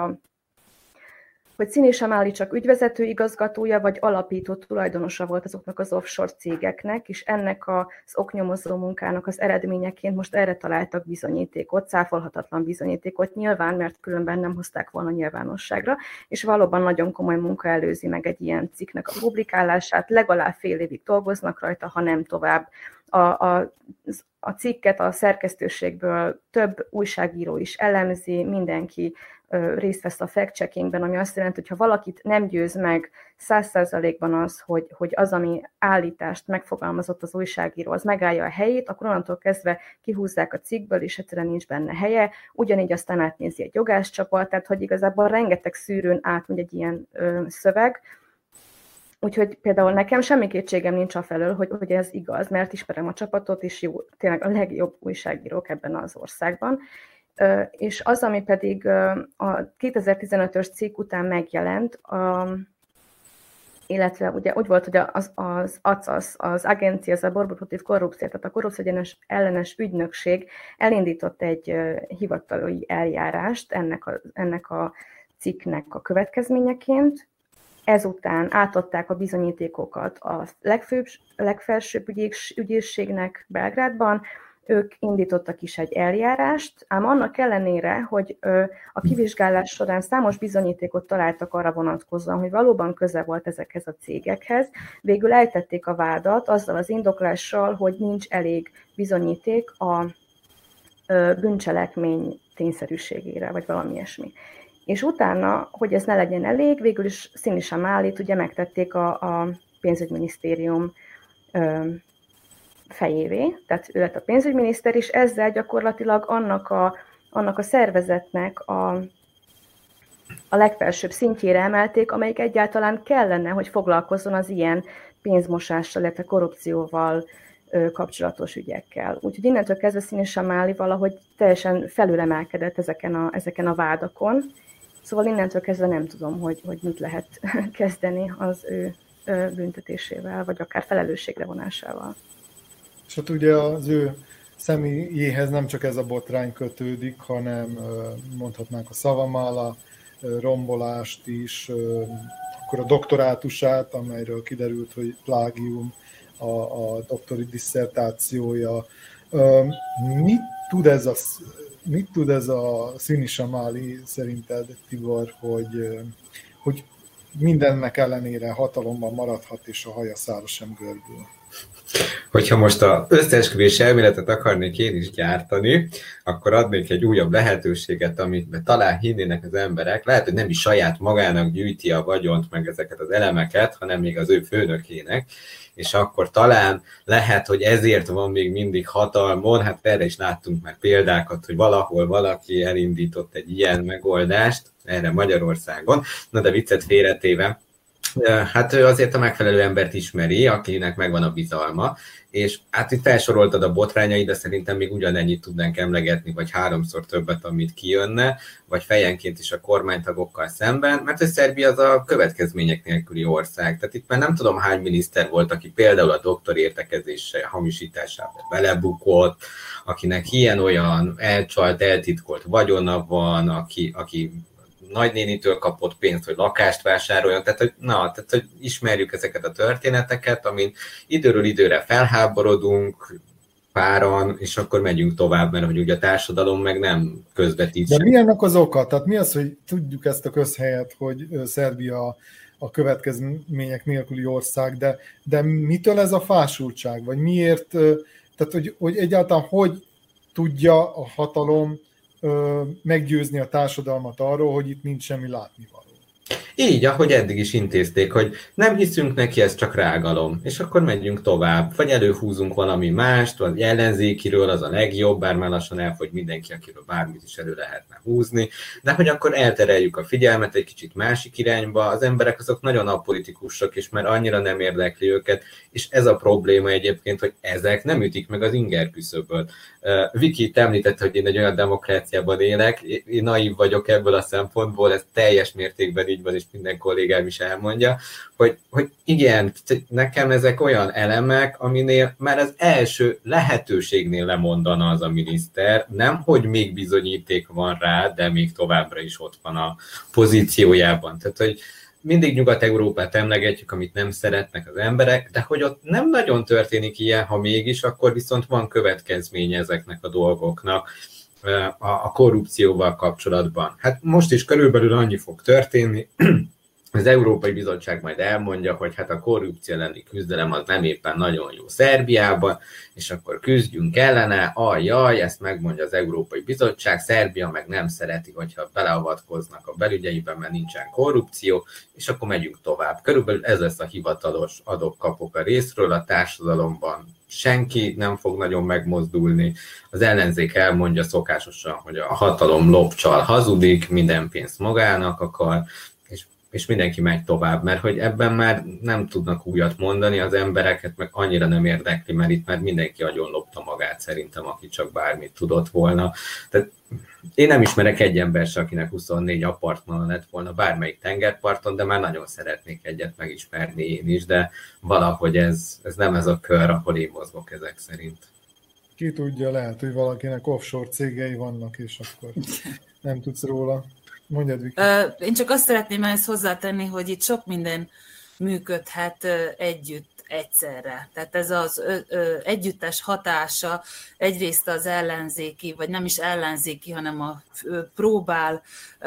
Színi Samáli csak ügyvezető igazgatója, vagy alapító tulajdonosa volt azoknak az offshore cégeknek, és ennek az oknyomozó munkának az eredményeként most erre találtak bizonyítékot, cáfolhatatlan bizonyítékot nyilván, mert különben nem hozták volna nyilvánosságra, és valóban nagyon komoly munka előzi meg egy ilyen cikknek a publikálását, legalább fél évig dolgoznak rajta, ha nem tovább. A cikket a szerkesztőségből több újságíró is elemzi, mindenki részt vesz a fact-checkingben, ami azt jelenti, hogy ha valakit nem győz meg 100%-ban az, hogy az, ami állítást megfogalmazott az újságíró, az megállja a helyét, akkor onnantól kezdve kihúzzák a cikkből, és egyszerűen nincs benne helye. Ugyanígy aztán átnézi egy jogászcsapat, tehát hogy igazából rengeteg szűrőn átmegy egy ilyen szöveg. Úgyhogy például nekem semmi kétségem nincs afelől, hogy ez igaz, mert ismerem a csapatot, és jó, tényleg a legjobb újságírók ebben az országban. És az, ami pedig a 2015-ös cikk után megjelent, illetve ugye úgy volt, hogy az ACAS, az Agencia za borbu protiv korrupció, tehát a korrupció ellenes ügynökség elindított egy hivatali eljárást ennek a cikknek a következményeként. Ezután átadták a bizonyítékokat a legfelsőbb ügyészségnek Belgrádban, ők indítottak is egy eljárást, ám annak ellenére, hogy a kivizsgálás során számos bizonyítékot találtak arra vonatkozóan, hogy valóban köze volt ezekhez a cégekhez, végül ejtették a vádat azzal az indoklással, hogy nincs elég bizonyíték a bűncselekmény tényszerűségére, vagy valami ilyesmi. És utána, hogy ez ne legyen elég, végül is Színi Samálit ugye megtették a pénzügyminisztérium fejévé, tehát ő lett a pénzügyminiszter, és ezzel gyakorlatilag annak a szervezetnek a legfelsőbb szintjére emelték, amelyik egyáltalán kellene, hogy foglalkozzon az ilyen pénzmosással, illetve korrupcióval kapcsolatos ügyekkel. Úgyhogy innentől kezdve Színi Samáli valahogy teljesen felülemelkedett ezeken a vádakon, szóval innentől kezdve nem tudom, hogy mit lehet kezdeni az ő büntetésével, vagy akár felelősségre vonásával. És hát ugye az ő személyéhez nem csak ez a botrány kötődik, hanem mondhatnánk a Savamala rombolást is, akkor a doktorátusát, amelyről kiderült, hogy plágium a doktori disszertációja. Mit tud ez a Színi Samáli szerinted, Tibor, hogy mindennek ellenére hatalomban maradhat, és a haja szára sem görbül? Hogyha most az összeesküvés elméletet akarnék én is gyártani, akkor adnék egy újabb lehetőséget, amit talán hinnének az emberek. Lehet, hogy nem is saját magának gyűjti a vagyont, meg ezeket az elemeket, hanem még az ő főnökének, és akkor talán lehet, hogy ezért van még mindig hatalmon, hát erre is láttunk már példákat, hogy valahol valaki elindított egy ilyen megoldást, erre Magyarországon, na de viccet félretéve, hát ő azért a megfelelő embert ismeri, akinek megvan a bizalma, és hát itt felsoroltad a botrányait, de szerintem még ugyanennyit tudnánk emlegetni, vagy 3-szor többet, amit kijönne, vagy fejenként is a kormánytagokkal szemben, mert a Szerbia az a következmények nélküli ország. Tehát itt már nem tudom hány miniszter volt, aki például a doktori értekezése hamisításában belebukott, akinek ilyen-olyan elcsalt, eltitkolt vagyona van, aki nagynénitől kapott pénzt, hogy lakást vásároljon, tehát hogy ismerjük ezeket a történeteket, amin időről időre felháborodunk páran, és akkor megyünk tovább, mert hogy ugye a társadalom meg nem közvetít. De mi ennek az oka? Tehát mi az, hogy tudjuk ezt a közhelyet, hogy Szerbia a következmények nélküli ország, de mitől ez a fásultság? Vagy miért, tehát hogy egyáltalán hogy tudja a hatalom meggyőzni a társadalmat arról, hogy itt nincs semmi látnivaló? Így, ahogy eddig is intézték, hogy nem hiszünk neki, ez csak rágalom, és akkor megyünk tovább. Vagy előhúzunk valami mást, vagy ellenzékiről, az a legjobb, bár már lassan elfogy mindenki, akiről bármit is elő lehetne húzni, de hogy akkor eltereljük a figyelmet egy kicsit másik irányba, az emberek azok nagyon apolitikusak, és már annyira nem érdekli őket, és ez a probléma egyébként, hogy ezek nem ütik meg az inger küszöböt. Viki itt említette, hogy én egy olyan demokráciában élek, én naív vagyok ebből a szempontból, ez teljes mértékben így van, és minden kollégám is elmondja, hogy igen, nekem ezek olyan elemek, aminél már az első lehetőségnél lemondana az a miniszter, nem, hogy még bizonyíték van rá, de még továbbra is ott van a pozíciójában. Tehát, hogy mindig Nyugat-Európát emlegetjük, amit nem szeretnek az emberek, de hogy ott nem nagyon történik ilyen, ha mégis, akkor viszont van következménye ezeknek a dolgoknak a korrupcióval kapcsolatban. Hát most is körülbelül annyi fog történni, az Európai Bizottság majd elmondja, hogy hát a korrupció elleni küzdelem az nem éppen nagyon jó Szerbiában, és akkor küzdjünk ellene, ajjaj, ezt megmondja az Európai Bizottság, Szerbia meg nem szereti, hogyha beleavatkoznak a belügyeiben, mert nincsen korrupció, és akkor megyünk tovább. Körülbelül ez lesz a hivatalos adok-kapok a részről, a társadalomban senki nem fog nagyon megmozdulni. Az ellenzék elmondja szokásosan, hogy a hatalom lopcsal hazudik, minden pénzt magának akar, és mindenki megy tovább, mert hogy ebben már nem tudnak újat mondani, az embereket meg annyira nem érdekli, mert itt már mindenki agyon lopta magát szerintem, aki csak bármit tudott volna. Tehát én nem ismerek egy ember se, akinek 24 apartmana lett volna bármelyik tengerparton, de már nagyon szeretnék egyet megismerni én is, de valahogy ez nem ez a kör, ahol én mozgok ezek szerint. Ki tudja, lehet, hogy valakinek offshore cégei vannak, és akkor nem tudsz róla. Mondjad, Viki. Én csak azt szeretném ezt hozzátenni, hogy itt sok minden működhet együtt egyszerre. Tehát ez az együttes hatása egyrészt az ellenzéki, vagy nem is ellenzéki, hanem a próbál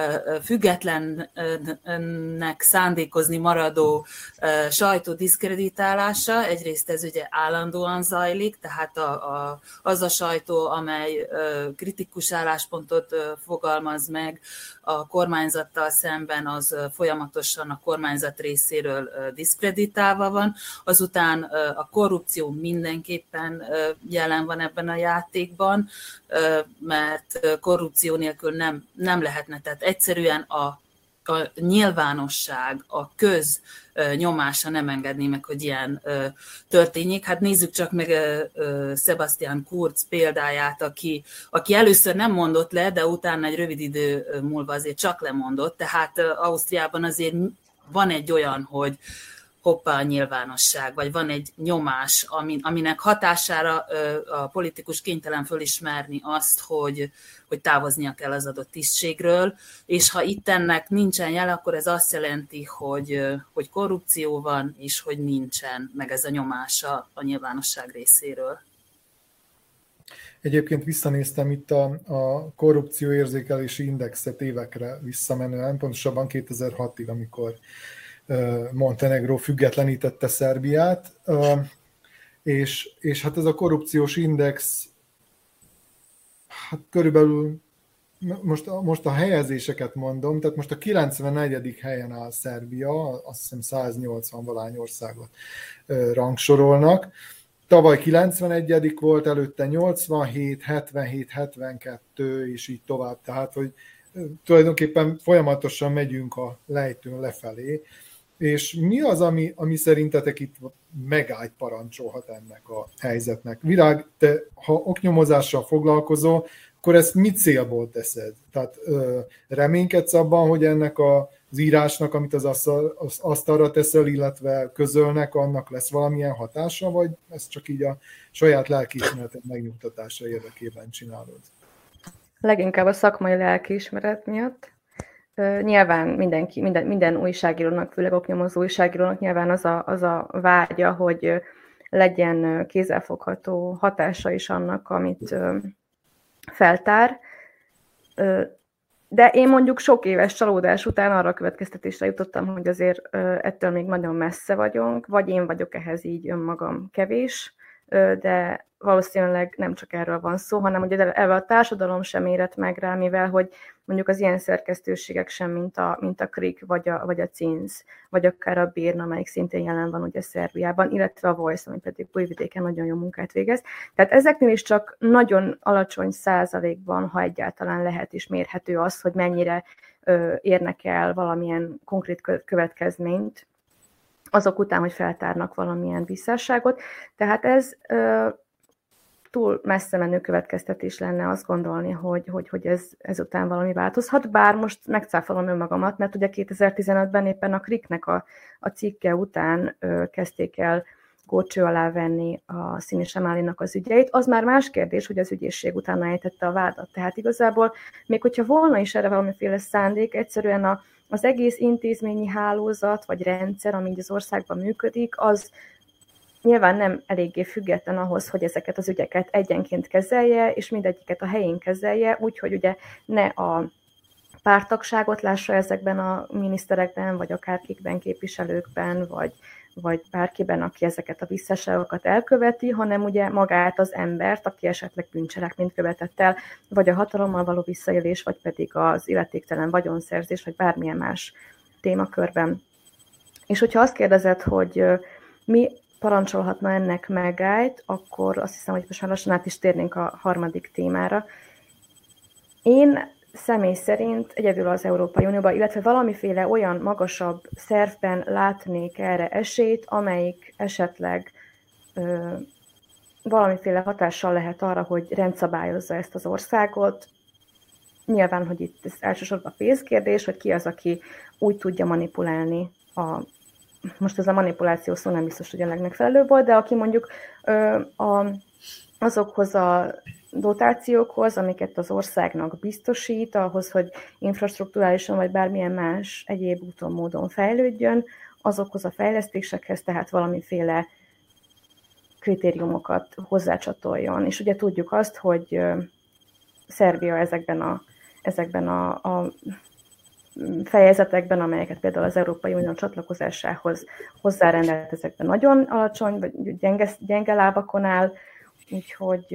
függetlennek szándékozni maradó sajtó diszkreditálása. Egyrészt ez ugye állandóan zajlik, tehát az a sajtó, amely kritikus álláspontot fogalmaz meg a kormányzattal szemben, az folyamatosan a kormányzat részéről diszkreditálva van. Azután a korrupció mindenképpen jelen van ebben a játékban, mert korrupció nélkül nem lehetne. Tehát egyszerűen a nyilvánosság, a köz nyomása nem engedné meg, hogy ilyen történjék. Hát nézzük csak meg Sebastian Kurz példáját, aki először nem mondott le, de utána egy rövid idő múlva azért csak lemondott. Tehát Ausztriában azért van egy olyan, hogy hoppá a nyilvánosság, vagy van egy nyomás, aminek hatására a politikus kénytelen fölismerni azt, hogy távoznia kell az adott tisztségről, és ha itt ennek nincsen jel, akkor ez azt jelenti, hogy korrupció van, és hogy nincsen meg ez a nyomása a nyilvánosság részéről. Egyébként visszanéztem itt a korrupcióérzékelési indexet évekre visszamenően, pontosabban 2006-ig, amikor Montenegró függetlenítette Szerbiát, és hát ez a korrupciós index, hát körülbelül most a helyezéseket mondom, tehát most a 94. helyen áll Szerbia, azt hiszem 180 valány országot rangsorolnak. Tavaly 91. volt, előtte 87, 77, 72, és így tovább. Tehát, hogy tulajdonképpen folyamatosan megyünk a lejtőn lefelé. És mi az, ami szerintetek itt megállt parancsolhat ennek a helyzetnek? Virág, te ha oknyomozással foglalkozol, akkor ezt mit célból teszed? Tehát reménykedsz abban, hogy ennek az írásnak, amit az asztalra teszel, illetve közölnek, annak lesz valamilyen hatása, vagy ezt csak így a saját lelkiismereted megnyugtatása érdekében csinálod? Leginkább a szakmai lelkiismeret miatt. Nyilván minden újságírónak, főleg oknyomozó újságírónak nyilván az a vágya, hogy legyen kézzelfogható hatása is annak, amit feltár. De én mondjuk sok éves csalódás után arra a következtetésre jutottam, hogy azért ettől még nagyon messze vagyunk, vagy én vagyok ehhez így önmagam kevés, de valószínűleg nem csak erről van szó, hanem hogy ebben a társadalom sem érett meg rá, mivel hogy mondjuk az ilyen szerkesztőségek sem, mint a Krik, vagy a CINS, vagy akár a Birn, amelyik szintén jelen van ugye Szerbiában, illetve a Voice, ami pedig Újvidéken nagyon jó munkát végez. Tehát ezeknél is csak nagyon alacsony százalékban, ha egyáltalán lehet is mérhető az, hogy mennyire érnek el valamilyen konkrét következményt, azok után, hogy feltárnak valamilyen visszásságot. Tehát ez túl messze menő következtetés lenne azt gondolni, hogy ezután valami változhat, bár most megcáfolom önmagamat, mert ugye 2015-ben éppen a Kriknek a cikke után kezdték el górcső alá venni a Színis Emálinak az ügyeit. Az már más kérdés, hogy az ügyészség utána ejtette a vádat. Tehát igazából, még hogyha volna is erre valamiféle szándék, egyszerűen az egész intézményi hálózat vagy rendszer, ami így az országban működik, az nyilván nem eléggé független ahhoz, hogy ezeket az ügyeket egyenként kezelje, és mindegyiket a helyén kezelje, úgyhogy ugye ne a párttagságot lássa ezekben a miniszterekben, vagy akár kikben, képviselőkben, vagy bárkiben, aki ezeket a visszásságokat elköveti, hanem ugye magát az embert, aki esetleg bűncselekményt követett el, vagy a hatalommal való visszaélés, vagy pedig az illetéktelen vagyonszerzés, vagy bármilyen más témakörben. És hogyha azt kérdezed, hogy mi parancsolhatna ennek megállt, akkor azt hiszem, hogy most már lassan át is térnénk a harmadik témára. Én személy szerint egyedül az Európai Unióban, illetve valamiféle olyan magasabb szervben látnék erre esélyt, amelyik esetleg valamiféle hatással lehet arra, hogy rendszabályozza ezt az országot. Nyilván, hogy itt ez elsősorban pénzkérdés, hogy ki az, aki úgy tudja manipulálni most ez a manipuláció szó nem biztos, hogy a legmegfelelőbb volt, de aki mondjuk azokhoz a dotációkhoz, amiket az országnak biztosít, ahhoz, hogy infrastrukturálisan vagy bármilyen más egyéb úton, módon fejlődjön, azokhoz a fejlesztésekhez, tehát valamiféle kritériumokat hozzácsatoljon. És ugye tudjuk azt, hogy Szerbia ezekben a fejezetekben, amelyeket például az Európai Unió csatlakozásához hozzárendelt, ezekben nagyon alacsony, vagy gyenge lábakon áll, úgyhogy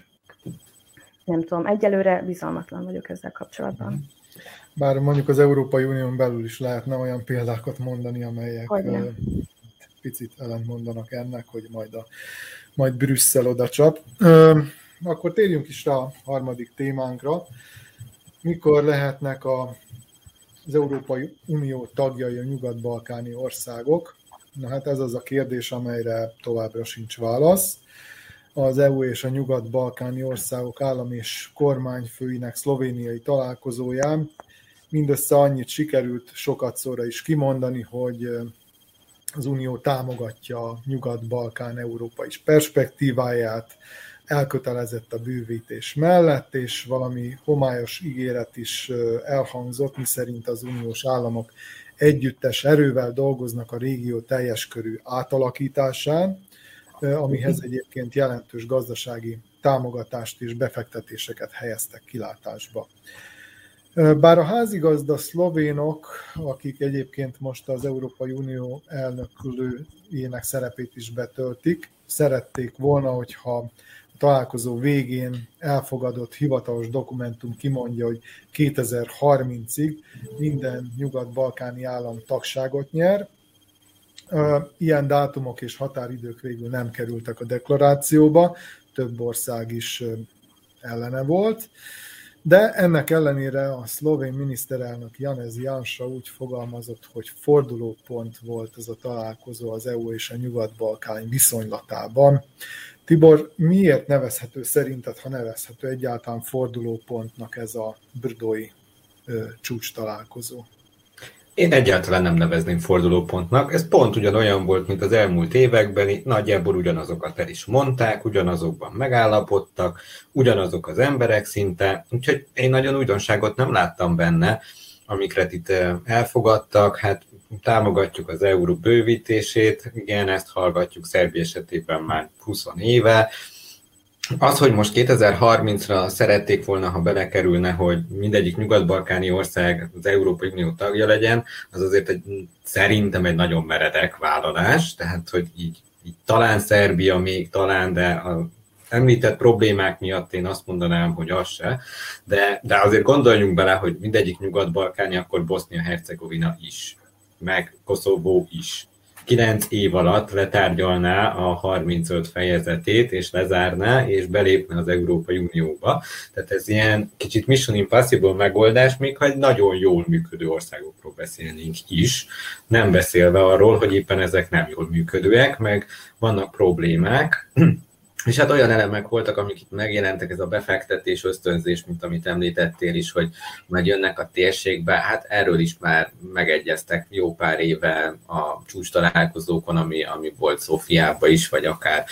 nem tudom, egyelőre bizalmatlan vagyok ezzel kapcsolatban. Bár mondjuk az Európai Unión belül is lehetne olyan példákat mondani, amelyek picit ellentmondanak ennek, hogy majd Brüsszel oda csap. Akkor térjünk is rá a harmadik témánkra. Mikor lehetnek az Európai Unió tagjai a nyugat-balkáni országok? Na hát ez az a kérdés, amelyre továbbra sincs válasz. Az EU és a nyugat-balkáni országok állam és kormányfőinek szlovéniai találkozóján mindössze annyit sikerült sokatszorra is kimondani, hogy az Unió támogatja a nyugat-balkán európai perspektíváját, elkötelezett a bővítés mellett, és valami homályos ígéret is elhangzott, miszerint az uniós államok együttes erővel dolgoznak a régió teljes körű átalakításán, amihez egyébként jelentős gazdasági támogatást és befektetéseket helyeztek kilátásba. Bár a házigazda szlovénok, akik egyébként most az Európai Unió elnökülőjének szerepét is betöltik, szerették volna, hogyha a találkozó végén elfogadott hivatalos dokumentum kimondja, hogy 2030-ig minden nyugat-balkáni állam tagságot nyer. Ilyen dátumok és határidők végül nem kerültek a deklarációba, több ország is ellene volt, de ennek ellenére a szlovén miniszterelnök Janez Janša úgy fogalmazott, hogy fordulópont volt ez a találkozó az EU és a Nyugat-Balkán viszonylatában. Tibor, miért nevezhető szerinted, ha nevezhető egyáltalán fordulópontnak ez a brdói csúcs találkozó? Én egyáltalán nem nevezném fordulópontnak. Ez pont ugyanolyan volt, mint az elmúlt években, nagyjából ugyanazokat el is mondták, ugyanazokban megállapodtak, ugyanazok az emberek szinte, úgyhogy én nagyon újdonságot nem láttam benne, amiket itt elfogadtak, hát támogatjuk az euró bővítését, igen, ezt hallgatjuk Szerbia esetében már 20 éve. Az, hogy most 2030-ra szerették volna, ha belekerülne, hogy mindegyik nyugat-balkáni ország az Európai Unió tagja legyen, az azért szerintem egy nagyon meredek vállalás, tehát hogy így így talán Szerbia még talán, de a említett problémák miatt én azt mondanám, hogy az se, de azért gondoljunk bele, hogy mindegyik nyugat-balkáni, akkor Bosznia-Hercegovina is, meg Koszovó is. 9 év alatt letárgyalná a 35 fejezetét, és lezárná, és belépne az Európai Unióba. Tehát ez ilyen kicsit Mission Impossible megoldás, még ha egy nagyon jól működő országokról beszélnénk is, nem beszélve arról, hogy éppen ezek nem jól működőek, meg vannak problémák. És hát olyan elemek voltak, amik itt megjelentek, ez a befektetés, ösztönzés, mint amit említettél is, hogy majd jönnek a térségbe, hát erről is már megegyeztek jó pár éve a csúcs találkozókon, ami volt Szófiában is, vagy akár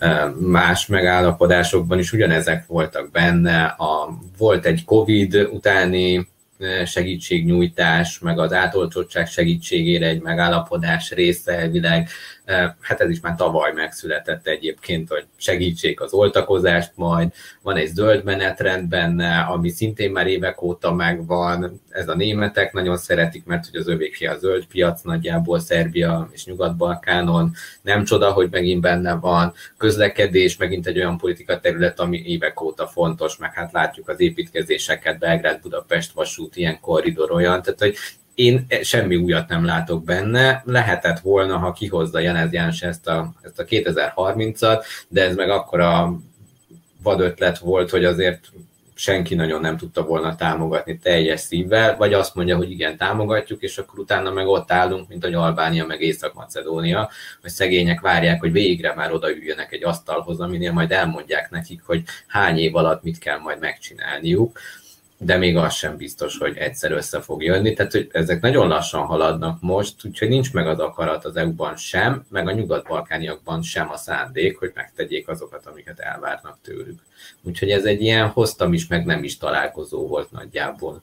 más megállapodásokban is, ugyanezek voltak benne. Volt egy Covid utáni segítségnyújtás, meg az átoltottság segítségére egy megállapodás része elvileg. Hát ez is már tavaly megszületett egyébként, hogy segítsék az oltakozást majd. Van egy zöld menetrend benne, ami szintén már évek óta megvan. Ez a németek nagyon szeretik, mert hogy az övéké a zöld piac nagyjából Szerbia és Nyugat-Balkánon. Nem csoda, hogy megint benne van. Közlekedés, megint egy olyan politika terület, ami évek óta fontos, meg hát látjuk az építkezéseket, Belgrád-Budapest vasút, ilyen korridor olyan, tehát hogy én semmi újat nem látok benne, lehetett volna, ha kihozza Janez János ezt a 2030-at, de ez meg akkora vadötlet volt, hogy azért senki nagyon nem tudta volna támogatni teljes szívvel, vagy azt mondja, hogy igen, támogatjuk, és akkor utána meg ott állunk, mint hogy Albánia, meg Észak-Macedónia, hogy szegények várják, hogy végre már odaüljönek egy asztalhoz, aminél majd elmondják nekik, hogy hány év alatt mit kell majd megcsinálniuk, de még az sem biztos, hogy egyszer össze fog jönni. Tehát, hogy ezek nagyon lassan haladnak most, úgyhogy nincs meg az akarat az EU-ban sem, meg a nyugat-balkániakban sem a szándék, hogy megtegyék azokat, amiket elvárnak tőlük. Úgyhogy ez egy ilyen hoztam is, meg nem is találkozó volt nagyjából.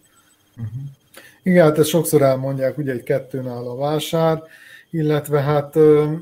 Igen, hát ezt sokszor elmondják, ugye egy kettőn áll a vásár, illetve hát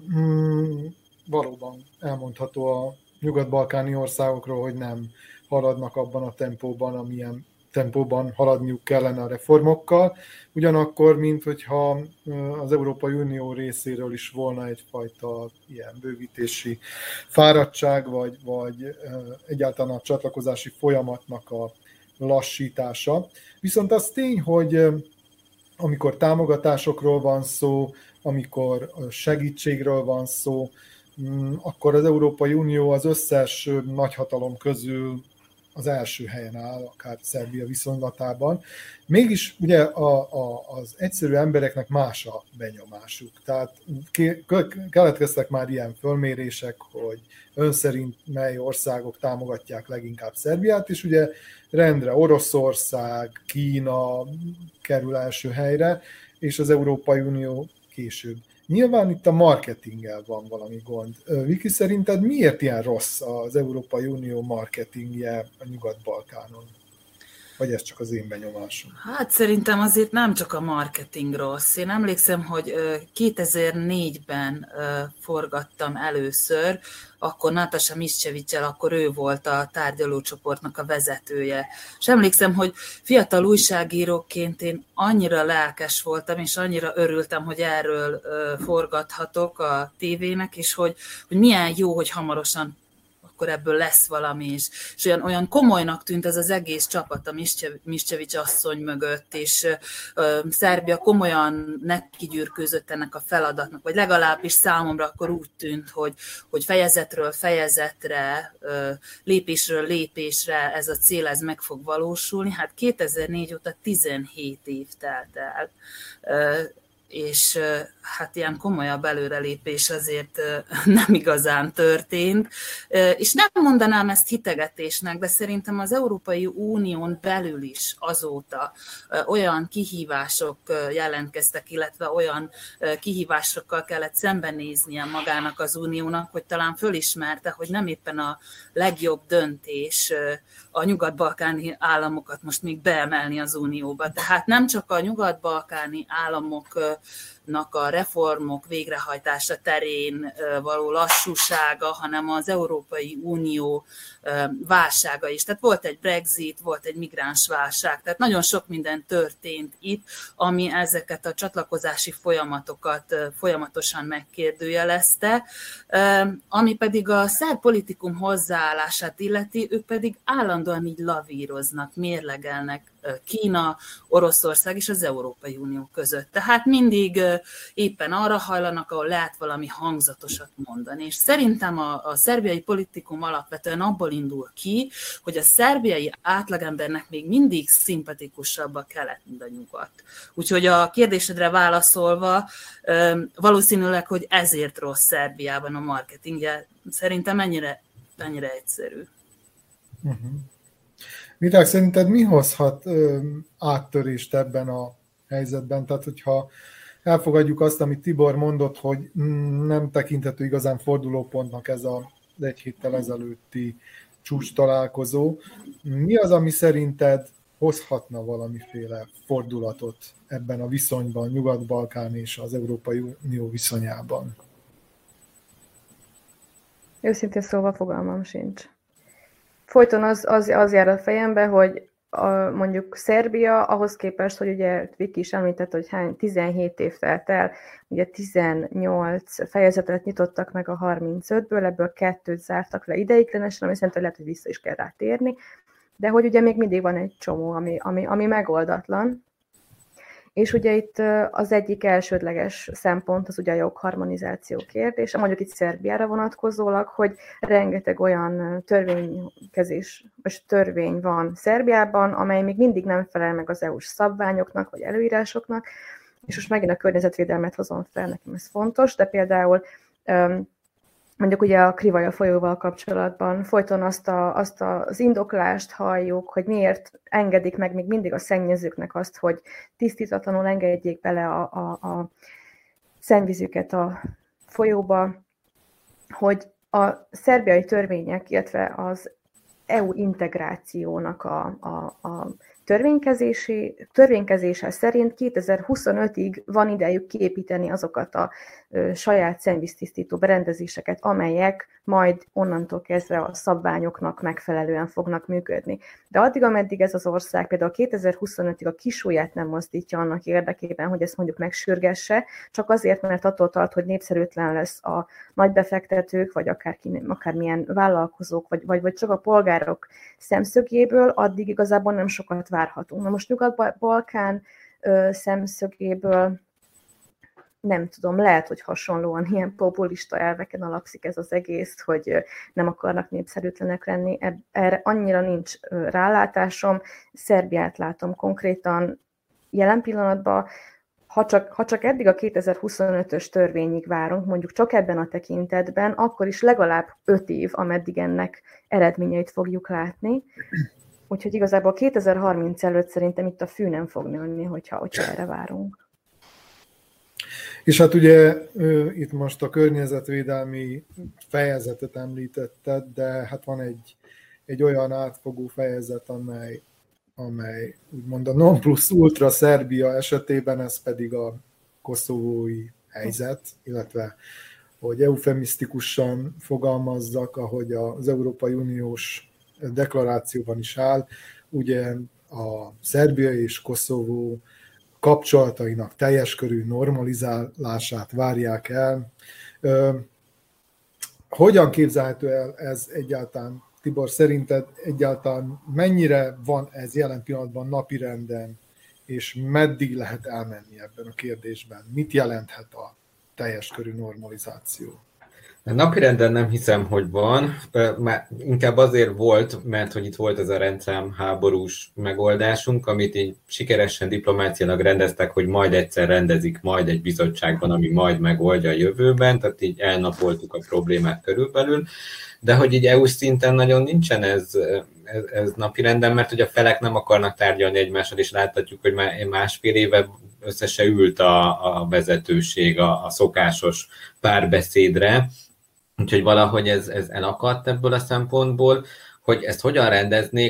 valóban elmondható a nyugat-balkáni országokról, hogy nem haladnak abban a tempóban, amilyen tempóban haladniuk kellene a reformokkal. Ugyanakkor, mint hogyha az Európai Unió részéről is volna egyfajta ilyen bővítési fáradtság, vagy egyáltalán a csatlakozási folyamatnak a lassítása. Viszont az tény, hogy amikor támogatásokról van szó, amikor segítségről van szó, akkor az Európai Unió az összes nagyhatalom közül az első helyen áll, akár Szerbia viszonylatában. Mégis ugye az egyszerű embereknek más a benyomásuk. Tehát keletkeztek már ilyen fölmérések, hogy ön szerint mely országok támogatják leginkább Szerbiát, és ugye rendre Oroszország, Kína kerül első helyre, és az Európai Unió később. Nyilván itt a marketinggel van valami gond. Viki, szerinted miért ilyen rossz az Európai Unió marketingje a Nyugat-Balkánon? Vagy ez csak az én benyomásom? Hát szerintem azért nem csak a marketing rossz. Én emlékszem, hogy 2004-ben forgattam először, akkor Nataša Miščevićel, akkor ő volt a tárgyalócsoportnak a vezetője. És emlékszem, hogy fiatal újságíróként én annyira lelkes voltam, és annyira örültem, hogy erről forgathatok a tévének, és hogy milyen jó, hogy hamarosan akkor ebből lesz valami is. És olyan komolynak tűnt ez az egész csapat a Miščević asszony mögött, és Szerbia komolyan nekigyűrkőzött ennek a feladatnak, vagy legalábbis számomra akkor úgy tűnt, hogy fejezetről fejezetre, lépésről lépésre ez a cél ez meg fog valósulni. Hát 2004 óta 17 év telt el. És hát ilyen komolyabb előrelépés azért nem igazán történt. És nem mondanám ezt hitegetésnek, de szerintem az Európai Unión belül is azóta olyan kihívások jelentkeztek, illetve olyan kihívásokkal kellett szembenéznie magának az Uniónak, hogy talán fölismerte, hogy nem éppen a legjobb döntés a nyugat-balkáni államokat most még beemelni az Unióba. Tehát nem csak a nyugat-balkáni államok a reformok végrehajtása terén való lassúsága, hanem az Európai Unió válsága is. Tehát volt egy Brexit, volt egy migránsválság, tehát nagyon sok minden történt itt, ami ezeket a csatlakozási folyamatokat folyamatosan megkérdőjelezte, ami pedig a szerb politikum hozzáállását illeti, ők pedig állandóan így lavíroznak, mérlegelnek Kína, Oroszország és az Európai Unió között. Tehát mindig éppen arra hajlanak, ahol lehet valami hangzatosat mondani. És szerintem a szerbiai politikum alapvetően abból indul ki, hogy a szerbiai átlagembernek még mindig szimpatikusabb a kelet, mint a nyugat. Úgyhogy a kérdésedre válaszolva, valószínűleg, hogy ezért rossz Szerbiában a marketingje. Szerintem ennyire egyszerű. Uh-huh. Viták, szerinted mi hozhat áttörést ebben a helyzetben? Tehát, hogyha elfogadjuk azt, amit Tibor mondott, hogy nem tekinthető igazán fordulópontnak ez az egy héttel ezelőtti csúcs találkozó, mi az, ami szerinted hozhatna valamiféle fordulatot ebben a viszonyban, Nyugat-Balkán és az Európai Unió viszonyában? Őszintén szóval fogalmam sincs. Folyton az jár a fejembe, hogy mondjuk Szerbia, ahhoz képest, hogy ugye Viki is említett, hogy 17 év telt el, ugye 18 fejezetet nyitottak meg a 35-ből, ebből 2 zártak le ideiglenesen, ami szerintem lehet, hogy vissza is kell rátérni, de hogy ugye még mindig van egy csomó, ami megoldatlan. És ugye itt az egyik elsődleges szempont az ugye a jogharmonizáció kérdése, mondjuk itt Szerbiára vonatkozólag, hogy rengeteg olyan törvény van Szerbiában, amely még mindig nem felel meg az EU-s szabványoknak vagy előírásoknak, és most megint a környezetvédelmet hozom fel, nekem ez fontos, de például mondjuk ugye a Krivaja folyóval kapcsolatban folyton azt az indoklást halljuk, hogy miért engedik meg még mindig a szennyezőknek azt, hogy tisztítatlanul engedjék bele a szennyvízüket a folyóba, hogy a szerbiai törvények, illetve az EU integrációnak a törvénykezése szerint 2025-ig van idejük kiépíteni azokat a saját szennyvíztisztító berendezéseket, amelyek majd onnantól kezdve a szabványoknak megfelelően fognak működni. De addig, ameddig ez az ország például 2025-ig a kisujját nem mozdítja annak érdekében, hogy ezt mondjuk megsürgesse, csak azért, mert attól tart, hogy népszerűtlen lesz a nagy befektetők, vagy akármilyen vállalkozók, vagy csak a polgárok szemszögéből, addig igazából nem sokat várhatunk. Na most Nyugat-Balkán szemszögéből nem tudom, lehet, hogy hasonlóan ilyen populista elveken alapszik ez az egész, hogy nem akarnak népszerűtlenek lenni. Erre annyira nincs rálátásom. Szerbiát látom konkrétan jelen pillanatban. Ha csak eddig a 2025-ös törvényig várunk, mondjuk csak ebben a tekintetben, akkor is legalább 5 év, ameddig ennek eredményeit fogjuk látni. Úgyhogy igazából 2030 előtt szerintem itt a fű nem fog nőni, hogyha erre várunk. És hát ugye itt most a környezetvédelmi fejezetet említetted, de hát van egy olyan átfogó fejezet, amely úgymond a non plus ultra Szerbia esetében, ez pedig a koszovói helyzet, illetve hogy eufemisztikusan fogalmazzak, ahogy az Európai Uniós deklarációban is áll, ugye a Szerbia és Koszovó kapcsolatainak teljes körű normalizálását várják el. Hogyan képzelhető el ez egyáltalán, Tibor, szerinted egyáltalán mennyire van ez jelen pillanatban napirenden, és meddig lehet elmenni ebben a kérdésben? Mit jelenthet a teljes körű normalizáció? Napirenden nem hiszem, hogy van, inkább azért volt, mert hogy itt volt ez a rendszám háborús megoldásunk, amit így sikeresen diplomáciának rendeztek, hogy majd egyszer rendezik majd egy bizottságban, ami majd megoldja a jövőben, tehát így elnapoltuk a problémát körülbelül, de hogy így EU szinten nagyon nincsen ez napirenden, mert hogy a felek nem akarnak tárgyalni egymással, és láthatjuk, hogy már másfél éve össze se ült a vezetőség a szokásos párbeszédre, úgyhogy valahogy ez elakadt ebből a szempontból, hogy ezt hogyan rendeznék, azt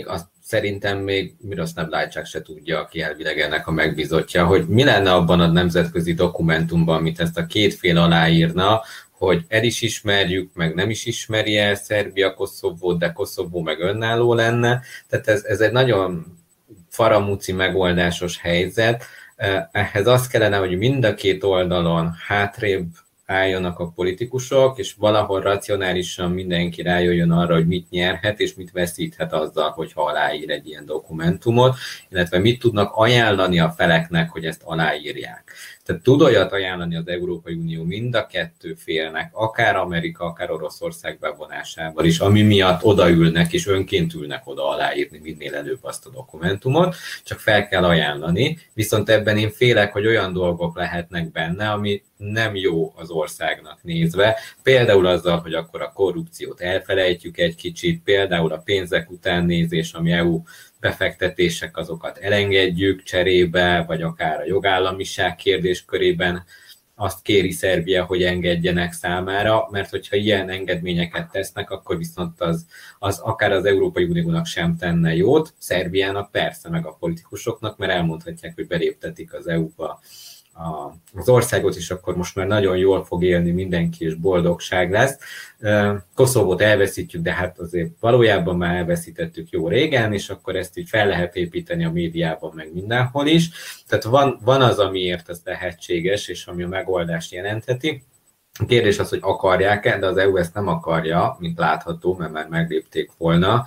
szerintem még Miroslav Lajčák se tudja, aki elvileg ennek a megbízottja, hogy mi lenne abban a nemzetközi dokumentumban, amit ezt a két fél aláírna, hogy el is ismerjük, meg nem is ismeri el Szerbia Koszovót, de Koszovó meg önálló lenne. Tehát ez egy nagyon faramúci megoldásos helyzet. Ehhez az kellene, hogy mind a két oldalon hátrébb álljanak a politikusok, és valahol racionálisan mindenki rájöjjön arra, hogy mit nyerhet, és mit veszíthet azzal, hogyha aláír egy ilyen dokumentumot, illetve mit tudnak ajánlani a feleknek, hogy ezt aláírják. Tehát tud olyat ajánlani az Európai Unió mind a kettő félnek, akár Amerika, akár Oroszország bevonásával is, ami miatt odaülnek és önként ülnek oda aláírni minél előbb azt a dokumentumot, csak fel kell ajánlani, viszont ebben én félek, hogy olyan dolgok lehetnek benne, ami nem jó az országnak nézve, például azzal, hogy akkor a korrupciót elfelejtjük egy kicsit, például a pénzek után nézés, ami EU befektetések, azokat elengedjük cserébe, vagy akár a jogállamiság kérdéskörében azt kéri Szerbia, hogy engedjenek számára, mert hogyha ilyen engedményeket tesznek, akkor viszont az akár az Európai Uniónak sem tenne jót, Szerbiának persze, meg a politikusoknak, mert elmondhatják, hogy beléptetik az EU-ba az országot, és akkor most már nagyon jól fog élni mindenki, és boldogság lesz. Koszovót elveszítjük, de hát azért valójában már elveszítettük jó régen, és akkor ezt így fel lehet építeni a médiában, meg mindenhol is. Tehát van az, amiért ez lehetséges, és ami a megoldást jelentheti. A kérdés az, hogy akarják-e, de az EU ezt nem akarja, mint látható, mert már meglépték volna,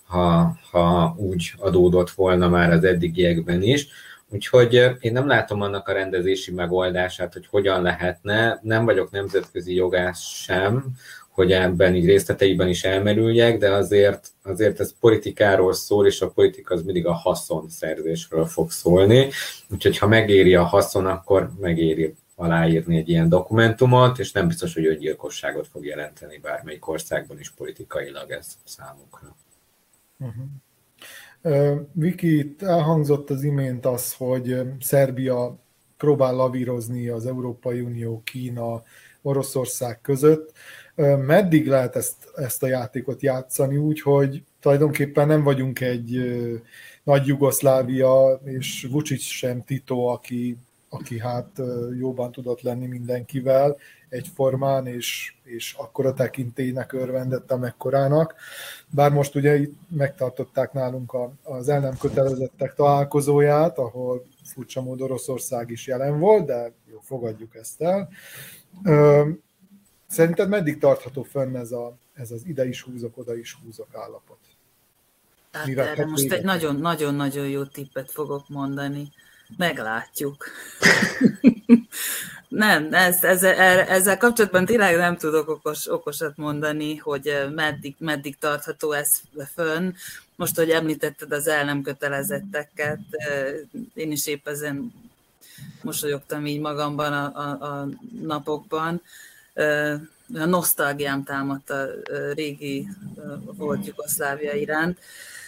ha úgy adódott volna már az eddigiekben is. Úgyhogy én nem látom annak a rendezési megoldását, hogy hogyan lehetne, nem vagyok nemzetközi jogász sem, hogy ebben így részleteiben is elmerüljek, de azért ez politikáról szól, és a politika az mindig a haszonszerzésről fog szólni. Úgyhogy ha megéri a haszon, akkor megéri aláírni egy ilyen dokumentumot, és nem biztos, hogy öngyilkosságot fog jelenteni bármelyik országban is politikailag ez számukra. Uh-huh. Viki, itt elhangzott az imént az, hogy Szerbia próbál lavírozni az Európai Unió, Kína, Oroszország között. Meddig lehet ezt a játékot játszani úgy, hogy tulajdonképpen nem vagyunk egy nagy Jugoszlávia, és Vučić sem Tito, aki hát jóban tudott lenni mindenkivel egyformán, és akkora tekintélynek örvendett, amekkorának. Bár most ugye itt megtartották nálunk az el nem kötelezettek találkozóját, ahol furcsa módon Oroszország is jelen volt, de jó, fogadjuk ezt el. Szerinted meddig tartható fönn ez az ide is húzok, oda is húzok állapot? Hát erre most egy nagyon-nagyon jó tippet fogok mondani. Meglátjuk. Nem, ezzel kapcsolatban tényleg nem tudok okosat mondani, hogy meddig tartható ez fönn. Most, hogy említetted az el nem kötelezetteket, én is épp ezen mosolyogtam így magamban a napokban. A nosztalgiám támadt a régi volt Jugoszlávia iránt.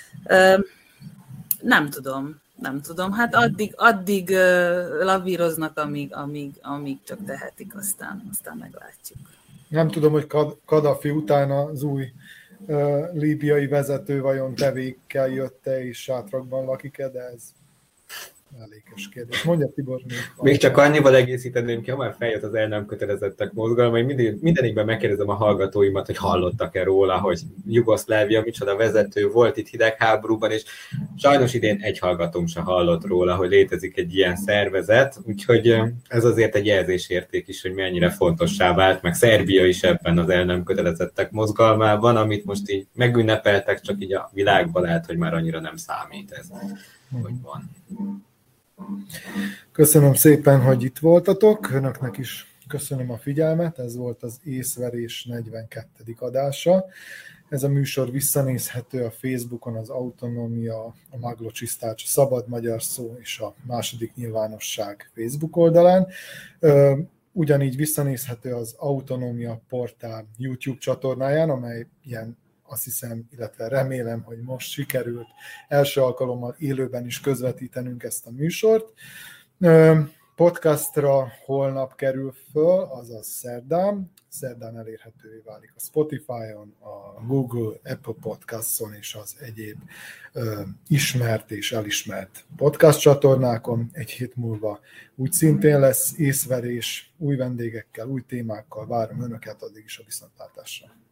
Nem tudom. Hát addig lavíroznak, amíg csak tehetik, aztán meglátjuk. Nem tudom, hogy Kadhafi után az új líbiai vezető vajon tevékkel jött-e és sátrakban lakik-e, de ez elégés kérdés. Mondja, Tibor. Még csak annyival egészíteném ki, ha már feljött az el nem kötelezettek mozgalma, hogy mindenikben megkérdezem a hallgatóimat, hogy hallottak-e róla, hogy Jugoszlávia micsoda vezető volt itt hidegháborúban, és sajnos idén egy hallgatónk se hallott róla, hogy létezik egy ilyen szervezet, úgyhogy ez azért egy jelzésérték is, hogy mennyire fontossá vált, meg Szerbia is ebben az el nem kötelezettek mozgalmában, amit most így megünnepeltek, csak így a világban lehet, hogy már annyira nem számít ez, hogy van. Köszönöm szépen, hogy itt voltatok. Önöknek is köszönöm a figyelmet. Ez volt az Észverés 42. adása. Ez a műsor visszanézhető a Facebookon, az Autonómia, a Maglo Csisztács, a Szabad Magyar Szó és a Második Nyilvánosság Facebook oldalán. Ugyanígy visszanézhető az Autonómia portál YouTube csatornáján, amely ilyen, azt hiszem, illetve remélem, hogy most sikerült első alkalommal élőben is közvetítenünk ezt a műsort. podcastra holnap kerül föl, azaz szerdán elérhetővé válik a Spotify-on, a Google, Apple Podcasts-on és az egyéb ismert és elismert podcast csatornákon. Egy hét múlva úgy szintén lesz észverés, új vendégekkel, új témákkal várom Önöket, addig is a viszontlátásra.